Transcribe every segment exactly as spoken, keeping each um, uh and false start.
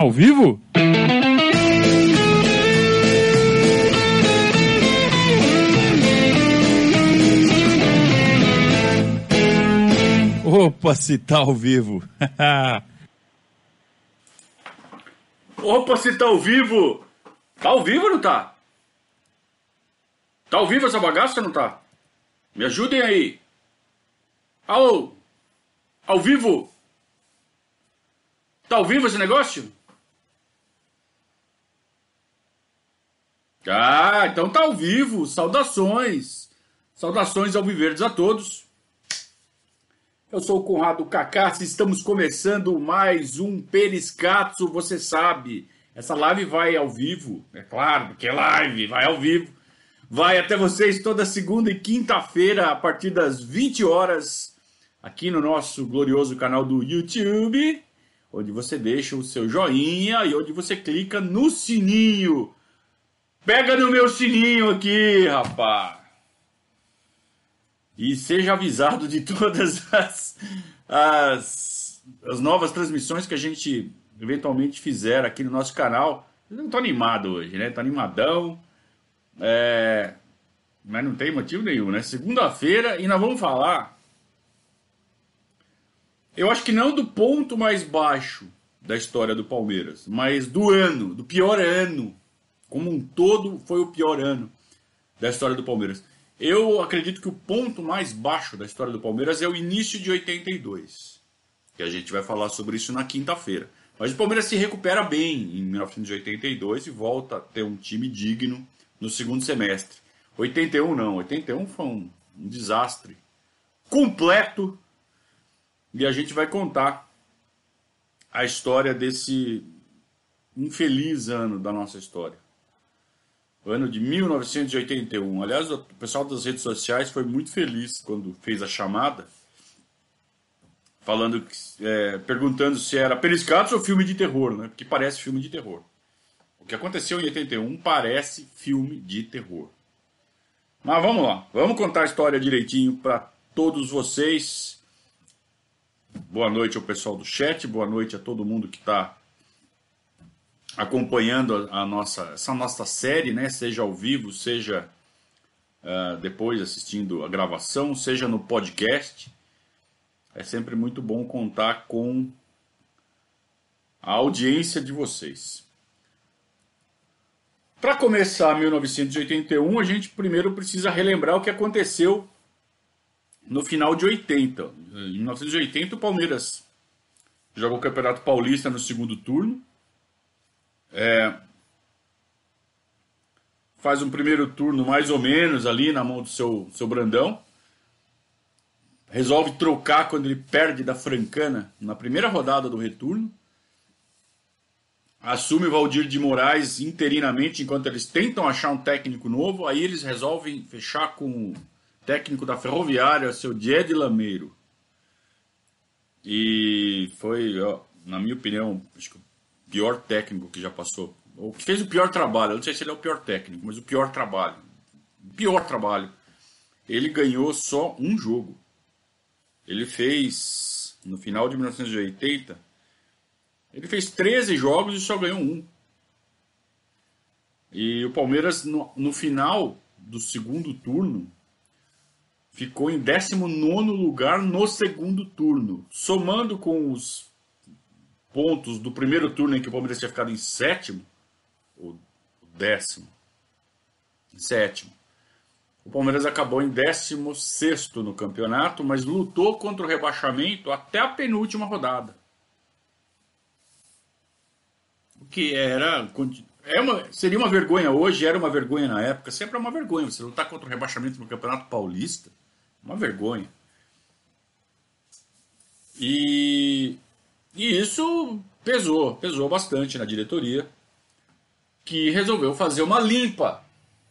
Ao vivo? Opa, se tá ao vivo. Opa, se tá ao vivo. Tá ao vivo ou não tá? Tá ao vivo essa bagaça ou não tá? Me ajudem aí. Alô? Ao vivo? Tá ao vivo esse negócio? Ah, então tá ao vivo. Saudações. Saudações ao Viverdes a todos. Eu sou o Conrado Cacassi, estamos começando mais um Periscatso, você sabe. Essa live vai ao vivo, é claro, porque é live, vai ao vivo. Vai até vocês toda segunda e quinta-feira, a partir das vinte horas, aqui no nosso glorioso canal do YouTube, onde você deixa o seu joinha e onde você clica no sininho. Pega no meu sininho aqui, rapaz. E seja avisado de todas as, as, as novas transmissões que a gente eventualmente fizer aqui no nosso canal. Eu não tô animado hoje, né? Tô animadão. É... Mas não tem motivo nenhum, né? Segunda-feira e nós vamos falar... Eu acho que não do ponto mais baixo da história do Palmeiras, mas do ano, do pior ano. Como um todo, foi o pior ano da história do Palmeiras. Eu acredito que o ponto mais baixo da história do Palmeiras é o início de oitenta e dois. Que a gente vai falar sobre isso na quinta-feira. Mas o Palmeiras se recupera bem em mil novecentos e oitenta e dois e volta a ter um time digno no segundo semestre. oitenta e um não, oitenta e um foi um, um desastre completo. E a gente vai contar a história desse infeliz ano da nossa história. O ano de mil novecentos e oitenta e um. Aliás, o pessoal das redes sociais foi muito feliz quando fez a chamada, falando, é, perguntando se era Periscatso ou filme de terror, né? Porque parece filme de terror. O que aconteceu em oitenta e um parece filme de terror. Mas vamos lá, vamos contar a história direitinho para todos vocês. Boa noite ao pessoal do chat, boa noite a todo mundo que está acompanhando a nossa, essa nossa série, né? Seja ao vivo, seja uh, depois assistindo a gravação, seja no podcast. É sempre muito bom contar com a audiência de vocês. Para começar mil novecentos e oitenta e um, a gente primeiro precisa relembrar o que aconteceu no final de oitenta. Em mil novecentos e oitenta, o Palmeiras jogou o Campeonato Paulista no segundo turno. É, faz um primeiro turno mais ou menos ali na mão do seu, seu Brandão. Resolve trocar quando ele perde da Francana na primeira rodada do retorno. Assume o Valdir de Moraes interinamente enquanto eles tentam achar um técnico novo. Aí eles resolvem fechar com o técnico da Ferroviária, seu Diede Lameiro. E foi, ó, na minha opinião, acho que pior técnico que já passou, ou que fez o pior trabalho. Eu não sei se ele é o pior técnico, mas o pior trabalho, o pior trabalho. Ele ganhou só um jogo. Ele fez, no final de mil novecentos e oitenta, ele fez treze jogos e só ganhou um. E o Palmeiras, no, no final do segundo turno, ficou em décimo nono lugar no segundo turno, somando com os pontos do primeiro turno em que o Palmeiras tinha ficado em sétimo, ou décimo, sétimo. O Palmeiras acabou em décimo sexto no campeonato, mas lutou contra o rebaixamento até a penúltima rodada. O que era... É uma, seria uma vergonha hoje, era uma vergonha na época, sempre é uma vergonha. Você lutar contra o rebaixamento no Campeonato Paulista, uma vergonha. E... E isso pesou, pesou bastante na diretoria, que resolveu fazer uma limpa.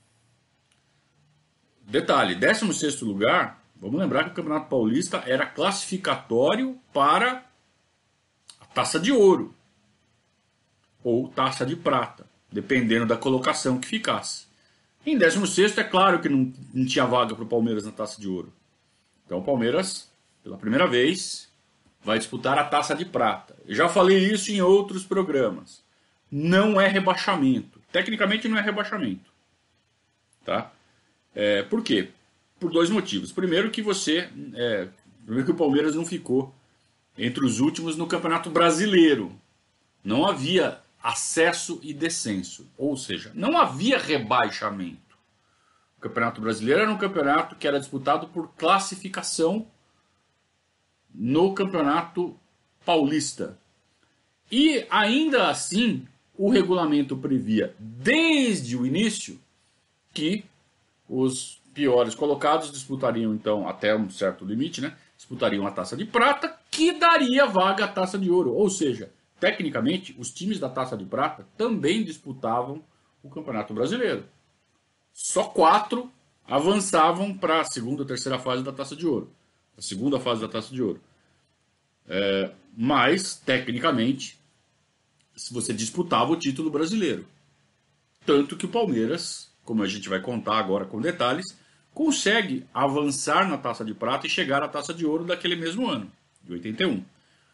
Detalhe, décimo sexto lugar, vamos lembrar que o Campeonato Paulista era classificatório para a Taça de Ouro, ou Taça de Prata, dependendo da colocação que ficasse. Em décimo sexto, é claro que não, não tinha vaga para o Palmeiras na Taça de Ouro. Então o Palmeiras, pela primeira vez... vai disputar a Taça de Prata. Eu já falei isso em outros programas. Não é rebaixamento. Tecnicamente não é rebaixamento. Tá? É, por quê? Por dois motivos. Primeiro que você... É, primeiro que o Palmeiras não ficou entre os últimos no Campeonato Brasileiro. Não havia acesso e descenso. Ou seja, não havia rebaixamento. O Campeonato Brasileiro era um campeonato que era disputado por classificação no Campeonato Paulista. E ainda assim, o regulamento previa desde o início que os piores colocados disputariam, então, até um certo limite, né? Disputariam a Taça de Prata, que daria vaga à Taça de Ouro. Ou seja, tecnicamente, os times da Taça de Prata também disputavam o Campeonato Brasileiro. Só quatro avançavam para a segunda ou terceira fase da Taça de Ouro. A segunda fase da Taça de Ouro. É, mas, tecnicamente, se você disputava o título brasileiro. Tanto que o Palmeiras, como a gente vai contar agora com detalhes, consegue avançar na Taça de Prata e chegar à Taça de Ouro daquele mesmo ano, de oitenta e um.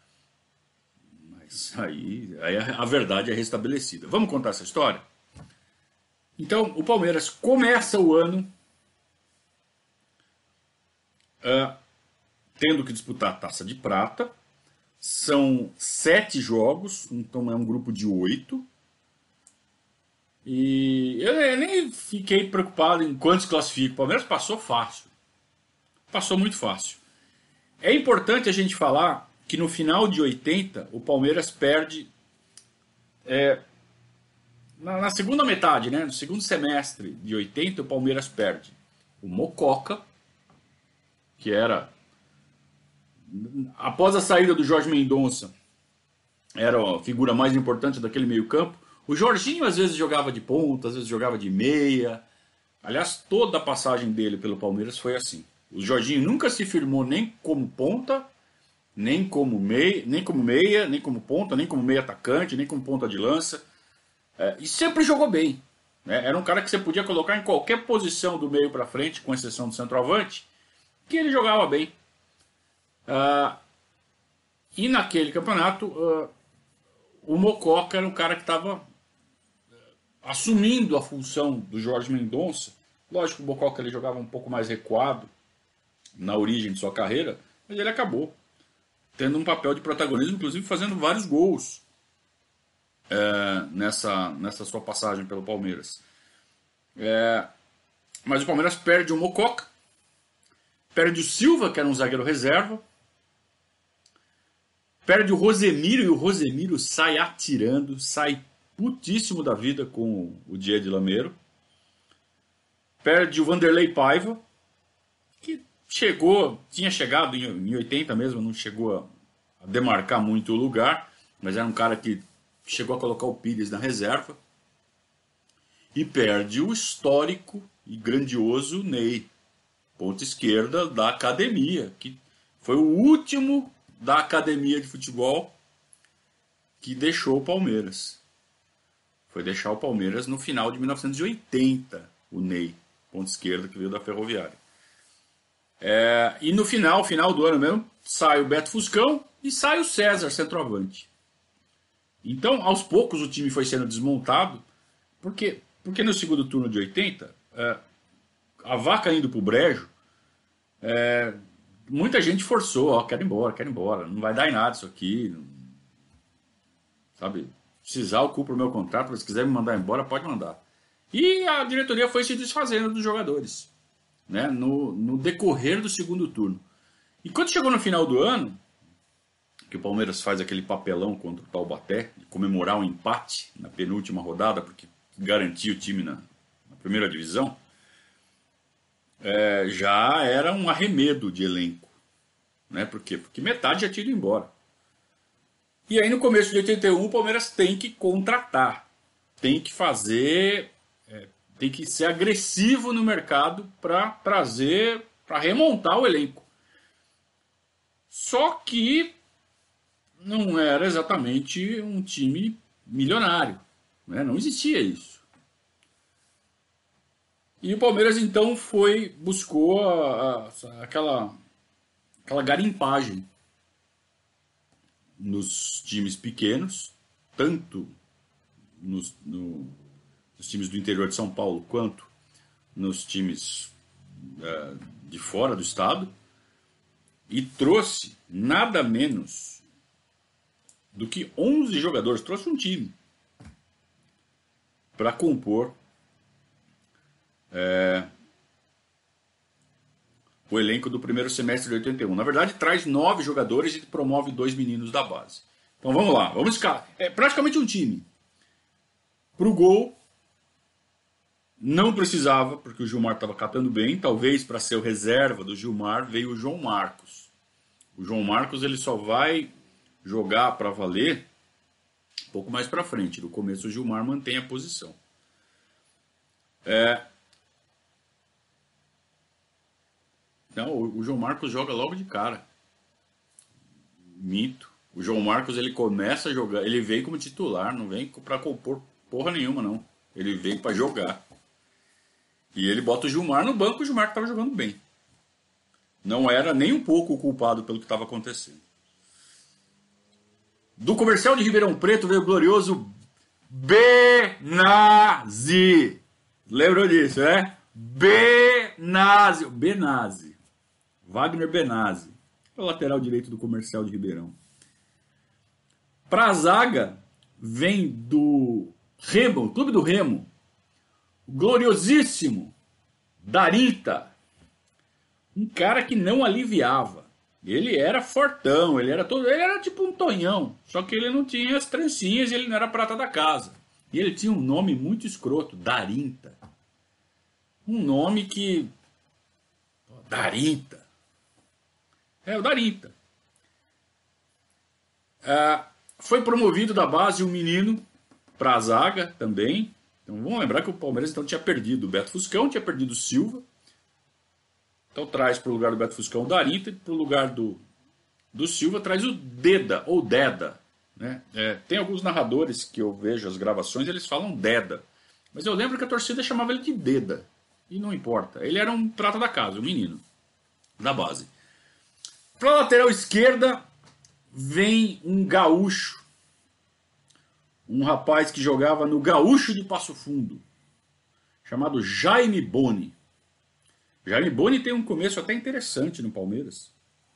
Mas aí, aí a verdade é restabelecida. Vamos contar essa história? Então, o Palmeiras começa o ano uh, tendo que disputar a Taça de Prata. São sete jogos, então é um grupo de oito. E eu nem fiquei preocupado em quantos classificam. O Palmeiras passou fácil. Passou muito fácil. É importante a gente falar que no final de oitenta, o Palmeiras perde... É, na, na segunda metade, né, no segundo semestre de oitenta, o Palmeiras perde o Mococa, que era... Após a saída do Jorge Mendonça, era a figura mais importante daquele meio-campo. O Jorginho às vezes jogava de ponta, às vezes jogava de meia. Aliás, toda a passagem dele pelo Palmeiras foi assim. O Jorginho nunca se firmou nem como ponta, nem como meia, nem como meia, nem como ponta, nem como meia atacante, nem como ponta de lança. É, e sempre jogou bem. Né? Era um cara que você podia colocar em qualquer posição do meio para frente, com exceção do centroavante, que ele jogava bem. Uh, e naquele campeonato, uh, o Mococa era um cara que estava assumindo a função do Jorge Mendonça. Lógico que o Mococa ele jogava um pouco mais recuado na origem de sua carreira, mas ele acabou tendo um papel de protagonismo, inclusive fazendo vários gols é, nessa, nessa sua passagem pelo Palmeiras. É, mas o Palmeiras perde o Mococa, perde o Silva, que era um zagueiro reserva, perde o Rosemiro, e o Rosemiro sai atirando, sai putíssimo da vida com o Diego de Lameiro. Perde o Vanderlei Paiva, que chegou, tinha chegado em oitenta mesmo, não chegou a, a demarcar muito o lugar, mas era um cara que chegou a colocar o Pires na reserva. E perde o histórico e grandioso Ney, ponta esquerda da academia, que foi o último da academia de futebol que deixou o Palmeiras. Foi deixar o Palmeiras no final de mil novecentos e oitenta, o Ney, ponta esquerda que veio da Ferroviária. É, e no final, final do ano mesmo, sai o Beto Fuscão e sai o César, centroavante. Então, aos poucos o time foi sendo desmontado, porque, porque no segundo turno de oitenta, é, a vaca indo pro brejo, é, muita gente forçou, ó, quero ir embora, quero ir embora, não vai dar em nada isso aqui, não, sabe, precisar eu cumpro o meu contrato, mas se quiser me mandar embora, pode mandar. E a diretoria foi se desfazendo dos jogadores, né, no, no decorrer do segundo turno. E quando chegou no final do ano, que o Palmeiras faz aquele papelão contra o Taubaté, de comemorar um empate na penúltima rodada, porque garantia o time na, na primeira divisão, É, já era um arremedo de elenco, né? Por quê? Porque metade já tinha ido embora. E aí no começo de oitenta e um o Palmeiras tem que contratar, tem que fazer, é, tem que ser agressivo no mercado para trazer, para remontar o elenco. Só que não era exatamente um time milionário, né? Não existia isso. E o Palmeiras então foi, buscou a, a, aquela, aquela garimpagem. nos times pequenos, tanto nos, no, nos times do interior de São Paulo quanto nos times é, de fora do estado, e trouxe nada menos do que onze jogadores, trouxe um time para compor é, o elenco do primeiro semestre de oitenta e um. Na verdade, traz nove jogadores e promove dois meninos da base. Então vamos lá, vamos escalar. É praticamente um time. Pro gol, não precisava, porque o Gilmar estava catando bem. Talvez para ser o reserva do Gilmar veio o João Marcos. O João Marcos ele só vai jogar para valer um pouco mais para frente. No começo o Gilmar mantém a posição. É... Não, o João Marcos joga logo de cara. Mito. O João Marcos ele começa a jogar, ele veio como titular, não vem para compor porra nenhuma não. Ele veio para jogar. E ele bota o Gilmar no banco, o Gilmar que estava jogando bem. Não era nem um pouco o culpado pelo que estava acontecendo. Do Comercial de Ribeirão Preto veio o glorioso Benazzi. Lembrou disso, né? Benazzi. Benazzi. Wagner Benazzi. É o lateral direito do Comercial de Ribeirão. Pra zaga, vem do Remo, Clube do Remo. Gloriosíssimo Darinta. Um cara que não aliviava. Ele era fortão, ele era todo, ele era tipo um Tonhão, só que ele não tinha as trancinhas e ele não era prata da casa. E ele tinha um nome muito escroto, Darinta. Um nome que... Darinta. É, o Darinta. Ah, foi promovido da base um menino para a zaga também. Então vamos lembrar que o Palmeiras então tinha perdido o Beto Fuscão, tinha perdido o Silva. Então traz para o lugar do Beto Fuscão o Darinta e para o lugar do, do Silva traz o Deda, ou Deda. Né? É, tem alguns narradores que eu vejo as gravações, eles falam Deda. Mas eu lembro que a torcida chamava ele de Deda. E não importa. Ele era um prata da casa, um menino da base. Para a lateral esquerda vem um gaúcho. Um rapaz que jogava no Gaúcho de Passo Fundo. Chamado Jaime Boni. Jaime Boni tem um começo até interessante no Palmeiras.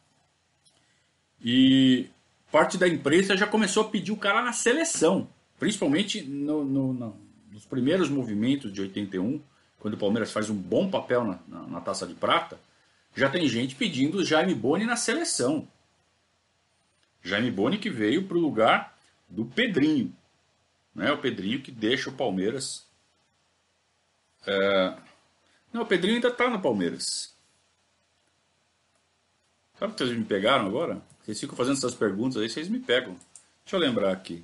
E parte da imprensa já começou a pedir o cara na seleção. Principalmente no, no, no, nos primeiros movimentos de oitenta e um, quando o Palmeiras faz um bom papel na, na, na Taça de Prata, já tem gente pedindo o Jaime Boni na seleção. Jaime Boni que veio para o lugar do Pedrinho. Né? O Pedrinho que deixa o Palmeiras... É... Não, o Pedrinho ainda está no Palmeiras. Sabe o que vocês me pegaram agora? Vocês ficam fazendo essas perguntas aí, vocês me pegam. Deixa eu lembrar aqui.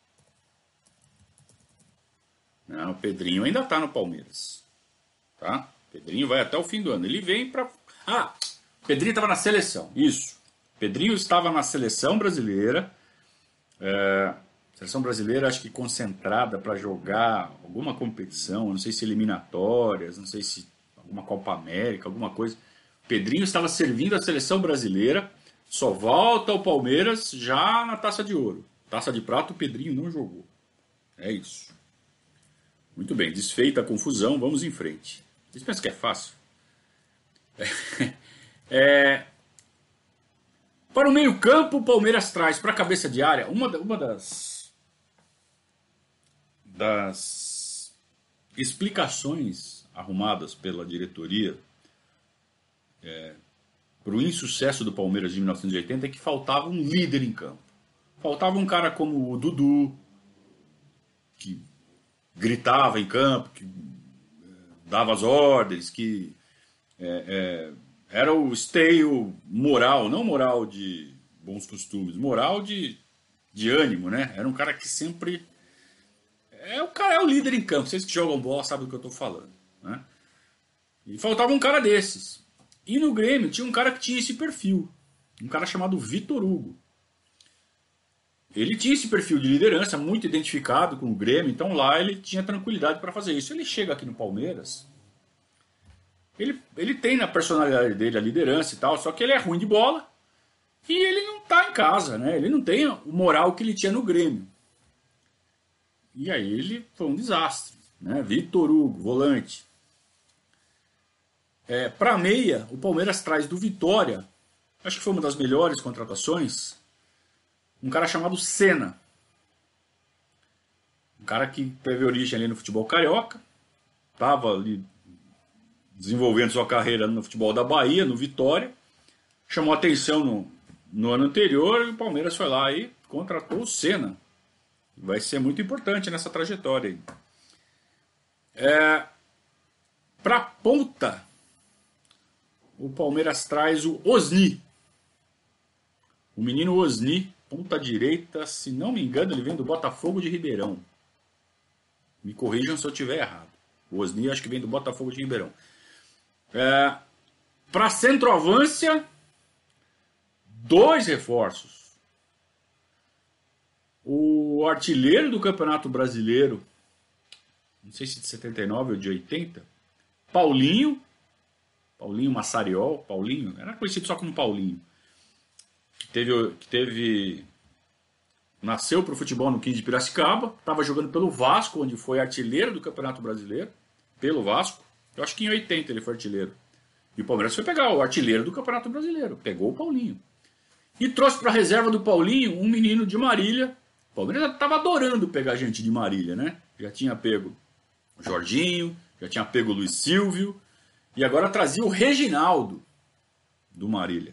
Não, o Pedrinho ainda está no Palmeiras. Tá? O Pedrinho vai até o fim do ano. Ele vem para... Ah, o Pedrinho estava na seleção. Isso. O Pedrinho estava na seleção brasileira. É... Seleção brasileira, acho que concentrada para jogar alguma competição. Não sei se eliminatórias, não sei se alguma Copa América, alguma coisa. O Pedrinho estava servindo a seleção brasileira. Só volta ao Palmeiras já na Taça de Ouro. Taça de Prata o Pedrinho não jogou. É isso. Muito bem, desfeita a confusão, vamos em frente. Vocês pensam que é fácil? É, é, para o meio campo, o Palmeiras traz para a cabeça de área uma, uma das, das explicações arrumadas pela diretoria é, para o insucesso do Palmeiras de mil novecentos e oitenta é que faltava um líder em campo. Faltava um cara como o Dudu, que gritava em campo, que dava as ordens, que é, é, era o esteio moral, não moral de bons costumes, moral de, de ânimo, né? Era um cara que sempre... É o cara é o líder em campo, vocês que jogam bola sabem do que eu estou falando, né? E faltava um cara desses. E no Grêmio tinha um cara que tinha esse perfil, um cara chamado Vitor Hugo. Ele tinha esse perfil de liderança, muito identificado com o Grêmio, então lá ele tinha tranquilidade para fazer isso. Ele chega aqui no Palmeiras, ele, ele tem na personalidade dele a liderança e tal, só que ele é ruim de bola E ele não está em casa, né? Ele não tem o moral que ele tinha no Grêmio. E aí ele foi um desastre, né? Vitor Hugo, volante. É, para meia, o Palmeiras traz do Vitória, acho que foi uma das melhores contratações, um cara chamado Senna. Um cara que teve origem ali no futebol carioca, estava ali desenvolvendo sua carreira no futebol da Bahia, no Vitória, chamou atenção no, no ano anterior e o Palmeiras foi lá e contratou o Senna. Vai ser muito importante nessa trajetória aí. É, para ponta, o Palmeiras traz o Osni. O menino Osni, ponta direita, se não me engano, ele vem do Botafogo de Ribeirão. Me corrijam se eu estiver errado. O Osni acho que vem do Botafogo de Ribeirão. É, para centroavância, dois reforços. O artilheiro do Campeonato Brasileiro, não sei se de setenta e nove ou de oitenta, Paulinho, Paulinho Massariol, Paulinho, era conhecido só como Paulinho, que teve, que teve nasceu para o futebol no quinze de Piracicaba, estava jogando pelo Vasco, onde foi artilheiro do Campeonato Brasileiro, pelo Vasco. Eu acho que em oitenta ele foi artilheiro. E o Palmeiras foi pegar o artilheiro do Campeonato Brasileiro, pegou o Paulinho. E trouxe para a reserva do Paulinho um menino de Marília. O Palmeiras estava adorando pegar gente de Marília, né? Já tinha pego o Jorginho, já tinha pego o Luiz Silvio, e agora trazia o Reginaldo do Marília.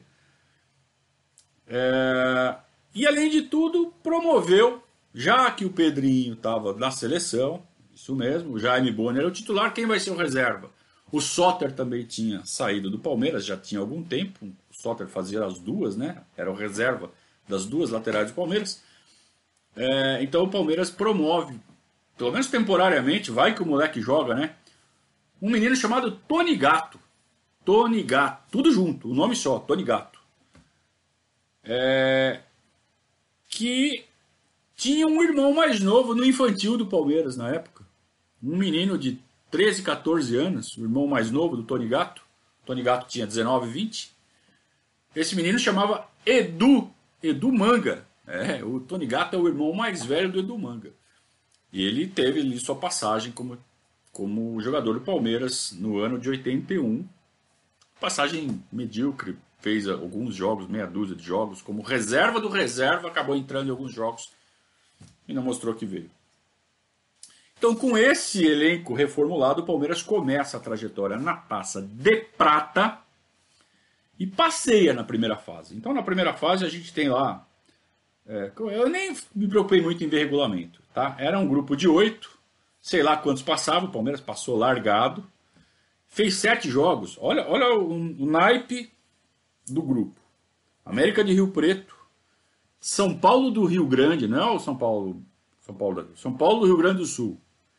É... E além de tudo, promoveu, já que o Pedrinho estava na seleção, isso mesmo, o Jaime Bonner era o titular, quem vai ser o reserva? O Soter também tinha saído do Palmeiras, já tinha algum tempo, o Soter fazia as duas, né? Era o reserva das duas laterais do Palmeiras. É, então o Palmeiras promove, pelo menos temporariamente, vai que o moleque joga, né? Um menino chamado Tony Gatto. Tony Gatto, tudo junto, o nome só, Tony Gatto. É, que tinha um irmão mais novo no infantil do Palmeiras na época. Um menino de treze, quatorze anos, o irmão mais novo do Tony Gatto. O Tony Gatto tinha dezenove, vinte. Esse menino chamava Edu, Edu Manga. É, o Tony Gatto é o irmão mais velho do Edu Manga. E ele teve ali sua passagem como, como jogador do Palmeiras no ano de oitenta e um. Passagem medíocre, fez alguns jogos, meia dúzia de jogos, como reserva do reserva, acabou entrando em alguns jogos e não mostrou que veio. Então, com esse elenco reformulado, o Palmeiras começa a trajetória na Taça de Prata e passeia na primeira fase. Então, na primeira fase, a gente tem lá... É, eu nem me preocupei muito em ver regulamento. Tá? Era um grupo de oito, sei lá quantos passavam, o Palmeiras passou largado, fez sete jogos. Olha, olha o, o naipe do grupo. América de Rio Preto, São Paulo do Rio Grande, não é o São Paulo, São Paulo, São Paulo do Rio Grande do Sul,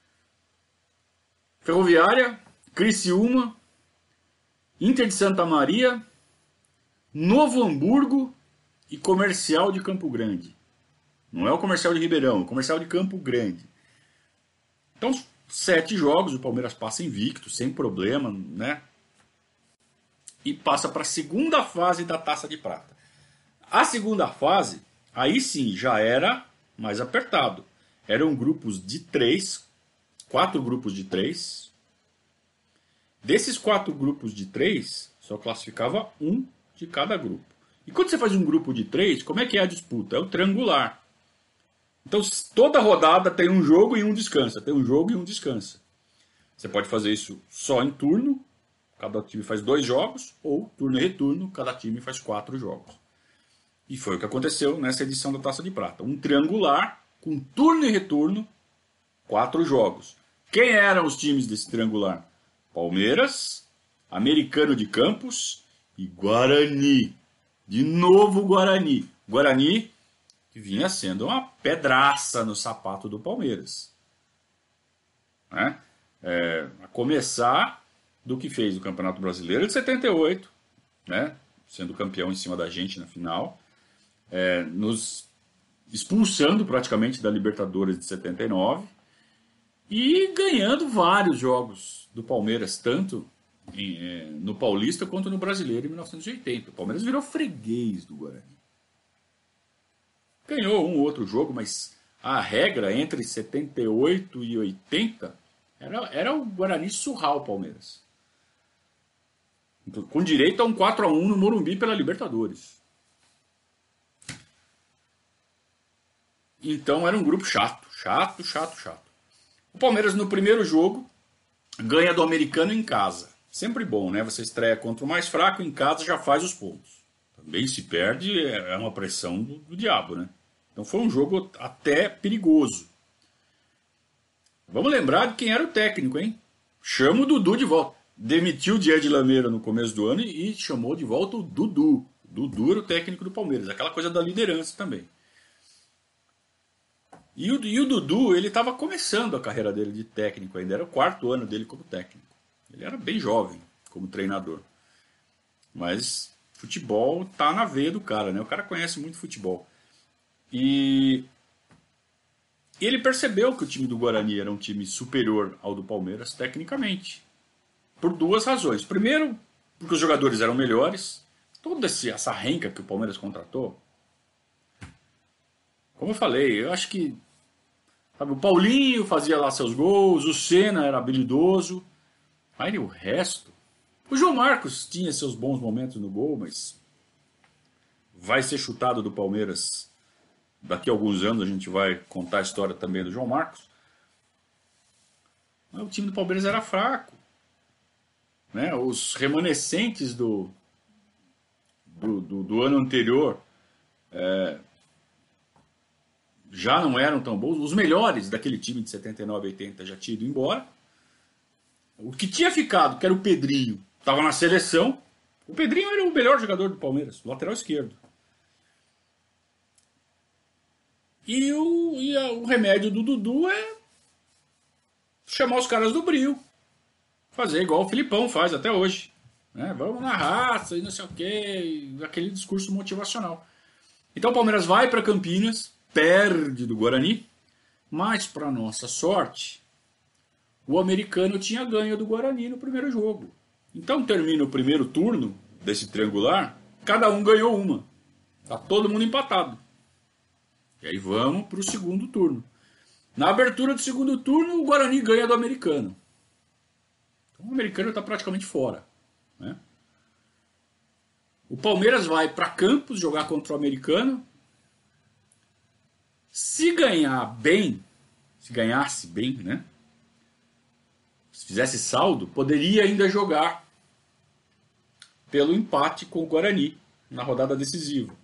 Ferroviária, Criciúma, Inter de Santa Maria, Novo Hamburgo e Comercial de Campo Grande. Não é o Comercial de Ribeirão, é o Comercial de Campo Grande. Então, sete jogos, o Palmeiras passa invicto, sem problema, né? E passa para a segunda fase da Taça de Prata. A segunda fase, aí sim, já era mais apertado. Eram grupos de três, quatro grupos de três. Desses quatro grupos de três, só classificava um de cada grupo. E quando você faz um grupo de três, como é que é a disputa? É o triangular. Então, toda rodada tem um jogo e um descansa. Tem um jogo e um descansa. Você pode fazer isso só em turno, cada time faz dois jogos, ou turno e retorno, cada time faz quatro jogos. E foi o que aconteceu nessa edição da Taça de Prata. Um triangular, com turno e retorno, quatro jogos. Quem eram os times desse triangular? Palmeiras, Americano de Campos e Guarani. De novo Guarani. Guarani que vinha sendo uma pedraça no sapato do Palmeiras. Né? É, a começar do que fez o Campeonato Brasileiro de setenta e oito, né? Sendo campeão em cima da gente na final, é, nos expulsando praticamente da Libertadores de setenta e nove e ganhando vários jogos do Palmeiras, tanto em, é, no Paulista quanto no Brasileiro em mil novecentos e oitenta. O Palmeiras virou freguês do Guarani. Ganhou um ou outro jogo, mas a regra entre setenta e oito e oitenta era, era o Guarani surrar o Palmeiras. Com direito a um quatro a um no Morumbi pela Libertadores. Então era um grupo chato, chato, chato, chato. O Palmeiras no primeiro jogo ganha do Americano em casa. Sempre bom, né? Você estreia contra o mais fraco em casa, já faz os pontos. Também se perde, é uma pressão do, do diabo, né? Então foi um jogo até perigoso. Vamos lembrar de quem era o técnico, hein? Chama o Dudu de volta. Demitiu o Diego de Lameira no começo do ano e chamou de volta o Dudu. O Dudu era o técnico do Palmeiras. Aquela coisa da liderança também. E o, e o Dudu, ele estava começando a carreira dele de técnico ainda. Era o quarto ano dele como técnico. Ele era bem jovem como treinador. Mas futebol tá na veia do cara, né? O cara conhece muito futebol. E ele percebeu que o time do Guarani era um time superior ao do Palmeiras tecnicamente. Por duas razões. Primeiro, porque os jogadores eram melhores. Toda essa renca que o Palmeiras contratou. Como eu falei, eu acho que sabe, o Paulinho fazia lá seus gols, o Senna era habilidoso. Aí o resto... O João Marcos tinha seus bons momentos no gol, mas vai ser chutado do Palmeiras. Daqui a alguns anos a gente vai contar a história também do João Marcos. Mas o time do Palmeiras era fraco. Né? Os remanescentes do, do, do, do ano anterior é, já não eram tão bons. Os melhores daquele time de setenta e nove, oitenta já tinham ido embora. O que tinha ficado, que era o Pedrinho, estava na seleção. O Pedrinho era o melhor jogador do Palmeiras, lateral esquerdo. E o, e a, o remédio do Dudu é chamar os caras do brio. Fazer igual o Filipão faz até hoje. Né? Vamos na raça e não sei o quê. Aquele discurso motivacional. Então o Palmeiras vai para Campinas, perde do Guarani, mas para nossa sorte, o Americano tinha ganho do Guarani no primeiro jogo. Então termina o primeiro turno desse triangular, cada um ganhou uma. Tá todo mundo empatado. E aí vamos para o segundo turno. Na abertura do segundo turno, o Guarani ganha do Americano. Então o Americano está praticamente fora. Né? O Palmeiras vai para Campos jogar contra o Americano. Se ganhar bem, se ganhasse bem, né? Se fizesse saldo, poderia ainda jogar pelo empate com o Guarani na rodada decisiva.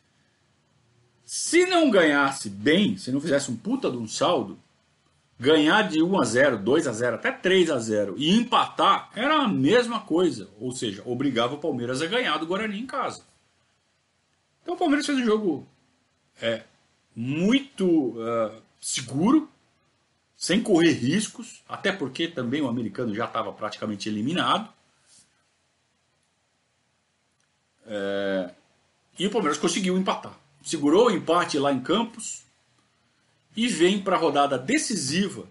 Se não ganhasse bem, se não fizesse um puta de um saldo, ganhar de um a zero, dois a zero, até três a zero e empatar era a mesma coisa. Ou seja, obrigava o Palmeiras a ganhar do Guarani em casa. Então o Palmeiras fez um jogo é, muito uh, seguro, sem correr riscos, até porque também o Americano já estava praticamente eliminado. É, e o Palmeiras conseguiu empatar. Segurou o empate lá em Campos e vem para a rodada decisiva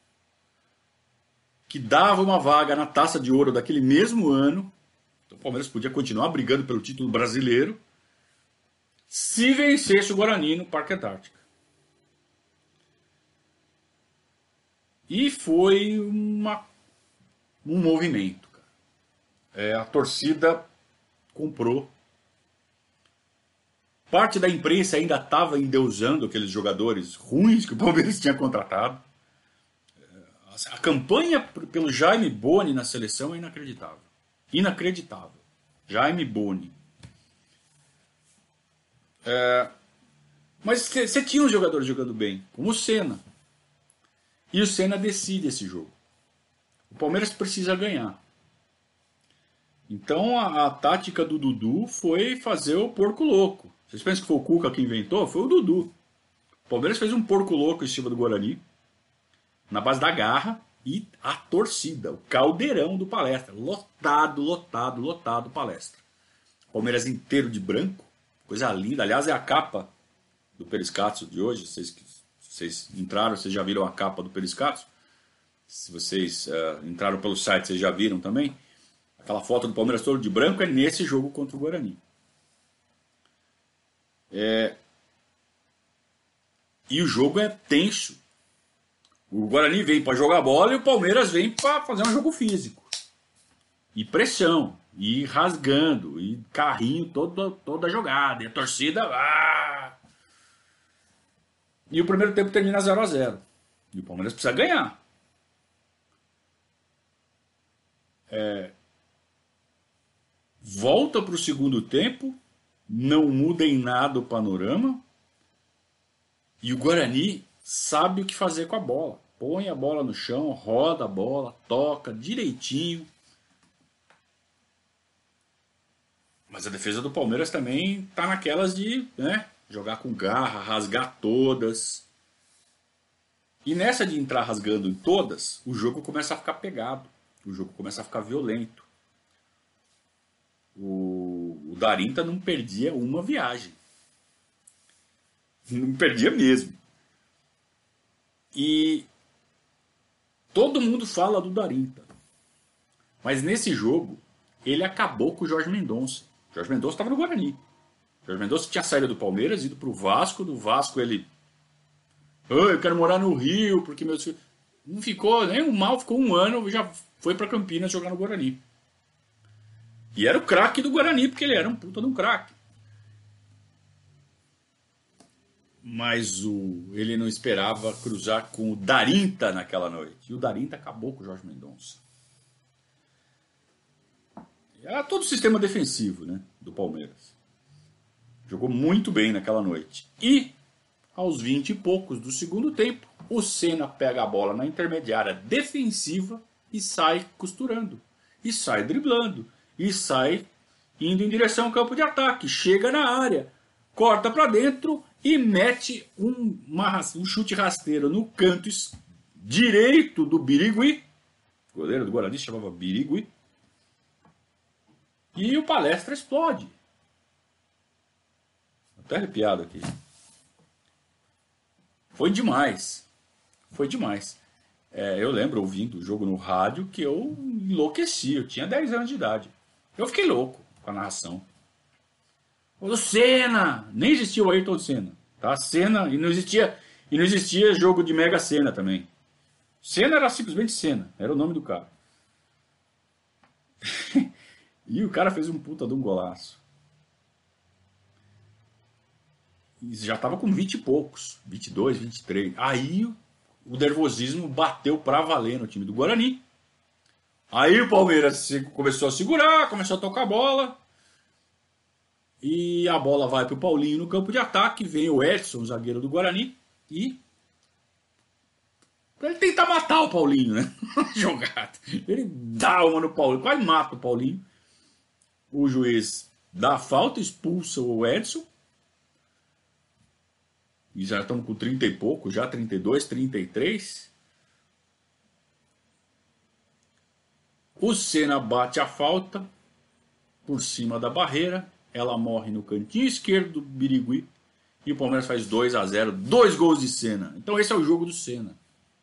que dava uma vaga na Taça de Ouro daquele mesmo ano. Então o Palmeiras podia continuar brigando pelo título brasileiro se vencesse o Guarani no Parque Antártica. E foi uma, um movimento. Cara. É, a torcida comprou. Parte da imprensa ainda estava endeusando aqueles jogadores ruins que o Palmeiras tinha contratado. A campanha pelo Jaime Boni na seleção é inacreditável. Inacreditável. Jaime Boni. É, mas você tinha uns jogadores jogando bem, como o Senna. E o Senna decide esse jogo. O Palmeiras precisa ganhar. Então a, a tática do Dudu foi fazer o porco louco. Vocês pensam que foi o Cuca que inventou? Foi o Dudu. O Palmeiras fez um porco louco em cima do Guarani, na base da garra, e a torcida, o caldeirão do Palestra. Lotado, lotado, lotado Palestra. Palmeiras inteiro de branco, coisa linda. Aliás, é a capa do Periscatso de hoje. Vocês, vocês entraram, vocês já viram a capa do Periscatso? Se vocês uh, entraram pelo site, vocês já viram também. Aquela foto do Palmeiras todo de branco é nesse jogo contra o Guarani. É... E o jogo é tenso. O Guarani vem para jogar bola e o Palmeiras vem para fazer um jogo físico. E pressão, e rasgando, e carrinho todo, toda a jogada. E a torcida... Ah! E o primeiro tempo termina zero a zero. E o Palmeiras precisa ganhar. É... Volta para o segundo tempo, não muda em nada o panorama. E o Guarani sabe o que fazer com a bola. Põe a bola no chão, roda a bola, toca direitinho. Mas a defesa do Palmeiras também tá naquelas de, né, jogar com garra, rasgar todas. E nessa de entrar rasgando em todas, o jogo começa a ficar pegado. O jogo começa a ficar violento. O, o Darinta não perdia uma viagem. Não perdia mesmo. E todo mundo fala do Darinta. Mas nesse jogo, ele acabou com o Jorge Mendonça. O Jorge Mendonça estava no Guarani. O Jorge Mendonça tinha saído do Palmeiras, ido para o Vasco. Do Vasco ele... Oh, eu quero morar no Rio, porque meus filhos... Não ficou, nem o mal, ficou um ano, já foi para Campinas jogar no Guarani. E era o craque do Guarani, porque ele era um puta de um craque. Mas o, ele não esperava cruzar com o Darinta naquela noite. E o Darinta acabou com o Jorge Mendonça. Era todo o sistema defensivo, né, do Palmeiras. Jogou muito bem naquela noite. E, aos vinte e poucos do segundo tempo, o Senna pega a bola na intermediária defensiva e sai costurando. E sai driblando. E sai indo em direção ao campo de ataque. Chega na área, corta para dentro e mete um, uma, um chute rasteiro no canto direito do Birigui. O goleiro do Guarani se chamava Birigui. E o Palestra explode. Até arrepiado aqui. Foi demais. Foi demais. É, eu lembro, ouvindo o jogo no rádio, que eu enlouqueci. Eu tinha dez anos de idade. Eu fiquei louco com a narração. O Senna! Nem existia o Ayrton Senna. Tá? Senna, e não existia, e não existia jogo de Mega Sena também. Senna era simplesmente Senna. Era o nome do cara. E o cara fez um puta de um golaço. E já tava com vinte e poucos. vinte e dois, vinte e três. Aí o nervosismo bateu pra valer no time do Guarani. Aí o Palmeiras começou a segurar, começou a tocar a bola. E a bola vai pro Paulinho no campo de ataque. Vem o Edson, o zagueiro do Guarani. E... pra ele tentar matar o Paulinho, né? Jogada. Ele dá uma no Paulinho, quase mata o Paulinho. O juiz dá a falta, expulsa o Edson. E já estamos com trinta e pouco, já trinta e dois, trinta e três. O Senna bate a falta por cima da barreira. Ela morre no cantinho esquerdo do Birigui. E o Palmeiras faz dois a zero. Dois gols de Senna. Então esse é o jogo do Senna.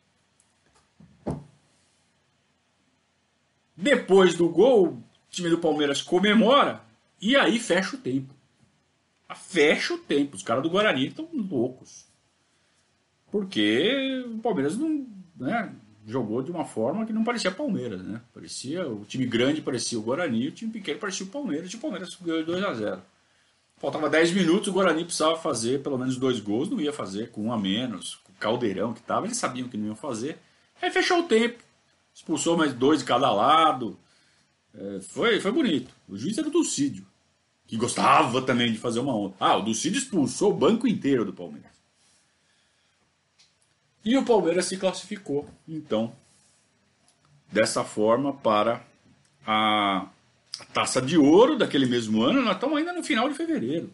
Depois do gol, o time do Palmeiras comemora. E aí fecha o tempo. Fecha o tempo. Os caras do Guarani estão loucos. Porque o Palmeiras não, né, jogou de uma forma que não parecia Palmeiras. Né? Parecia, o time grande parecia o Guarani, o time pequeno parecia o Palmeiras. E o Palmeiras ganhou dois a zero. Faltava dez minutos, o Guarani precisava fazer pelo menos dois gols. Não ia fazer com um a menos, com o caldeirão que estava. Eles sabiam que não iam fazer. Aí fechou o tempo. Expulsou mais dois de cada lado. É, foi, foi bonito. O juiz era o Dulcídio, que gostava também de fazer uma onda. Ah, o Dulcídio expulsou o banco inteiro do Palmeiras. E o Palmeiras se classificou, então, dessa forma para a Taça de Ouro daquele mesmo ano. Nós estamos ainda no final de fevereiro.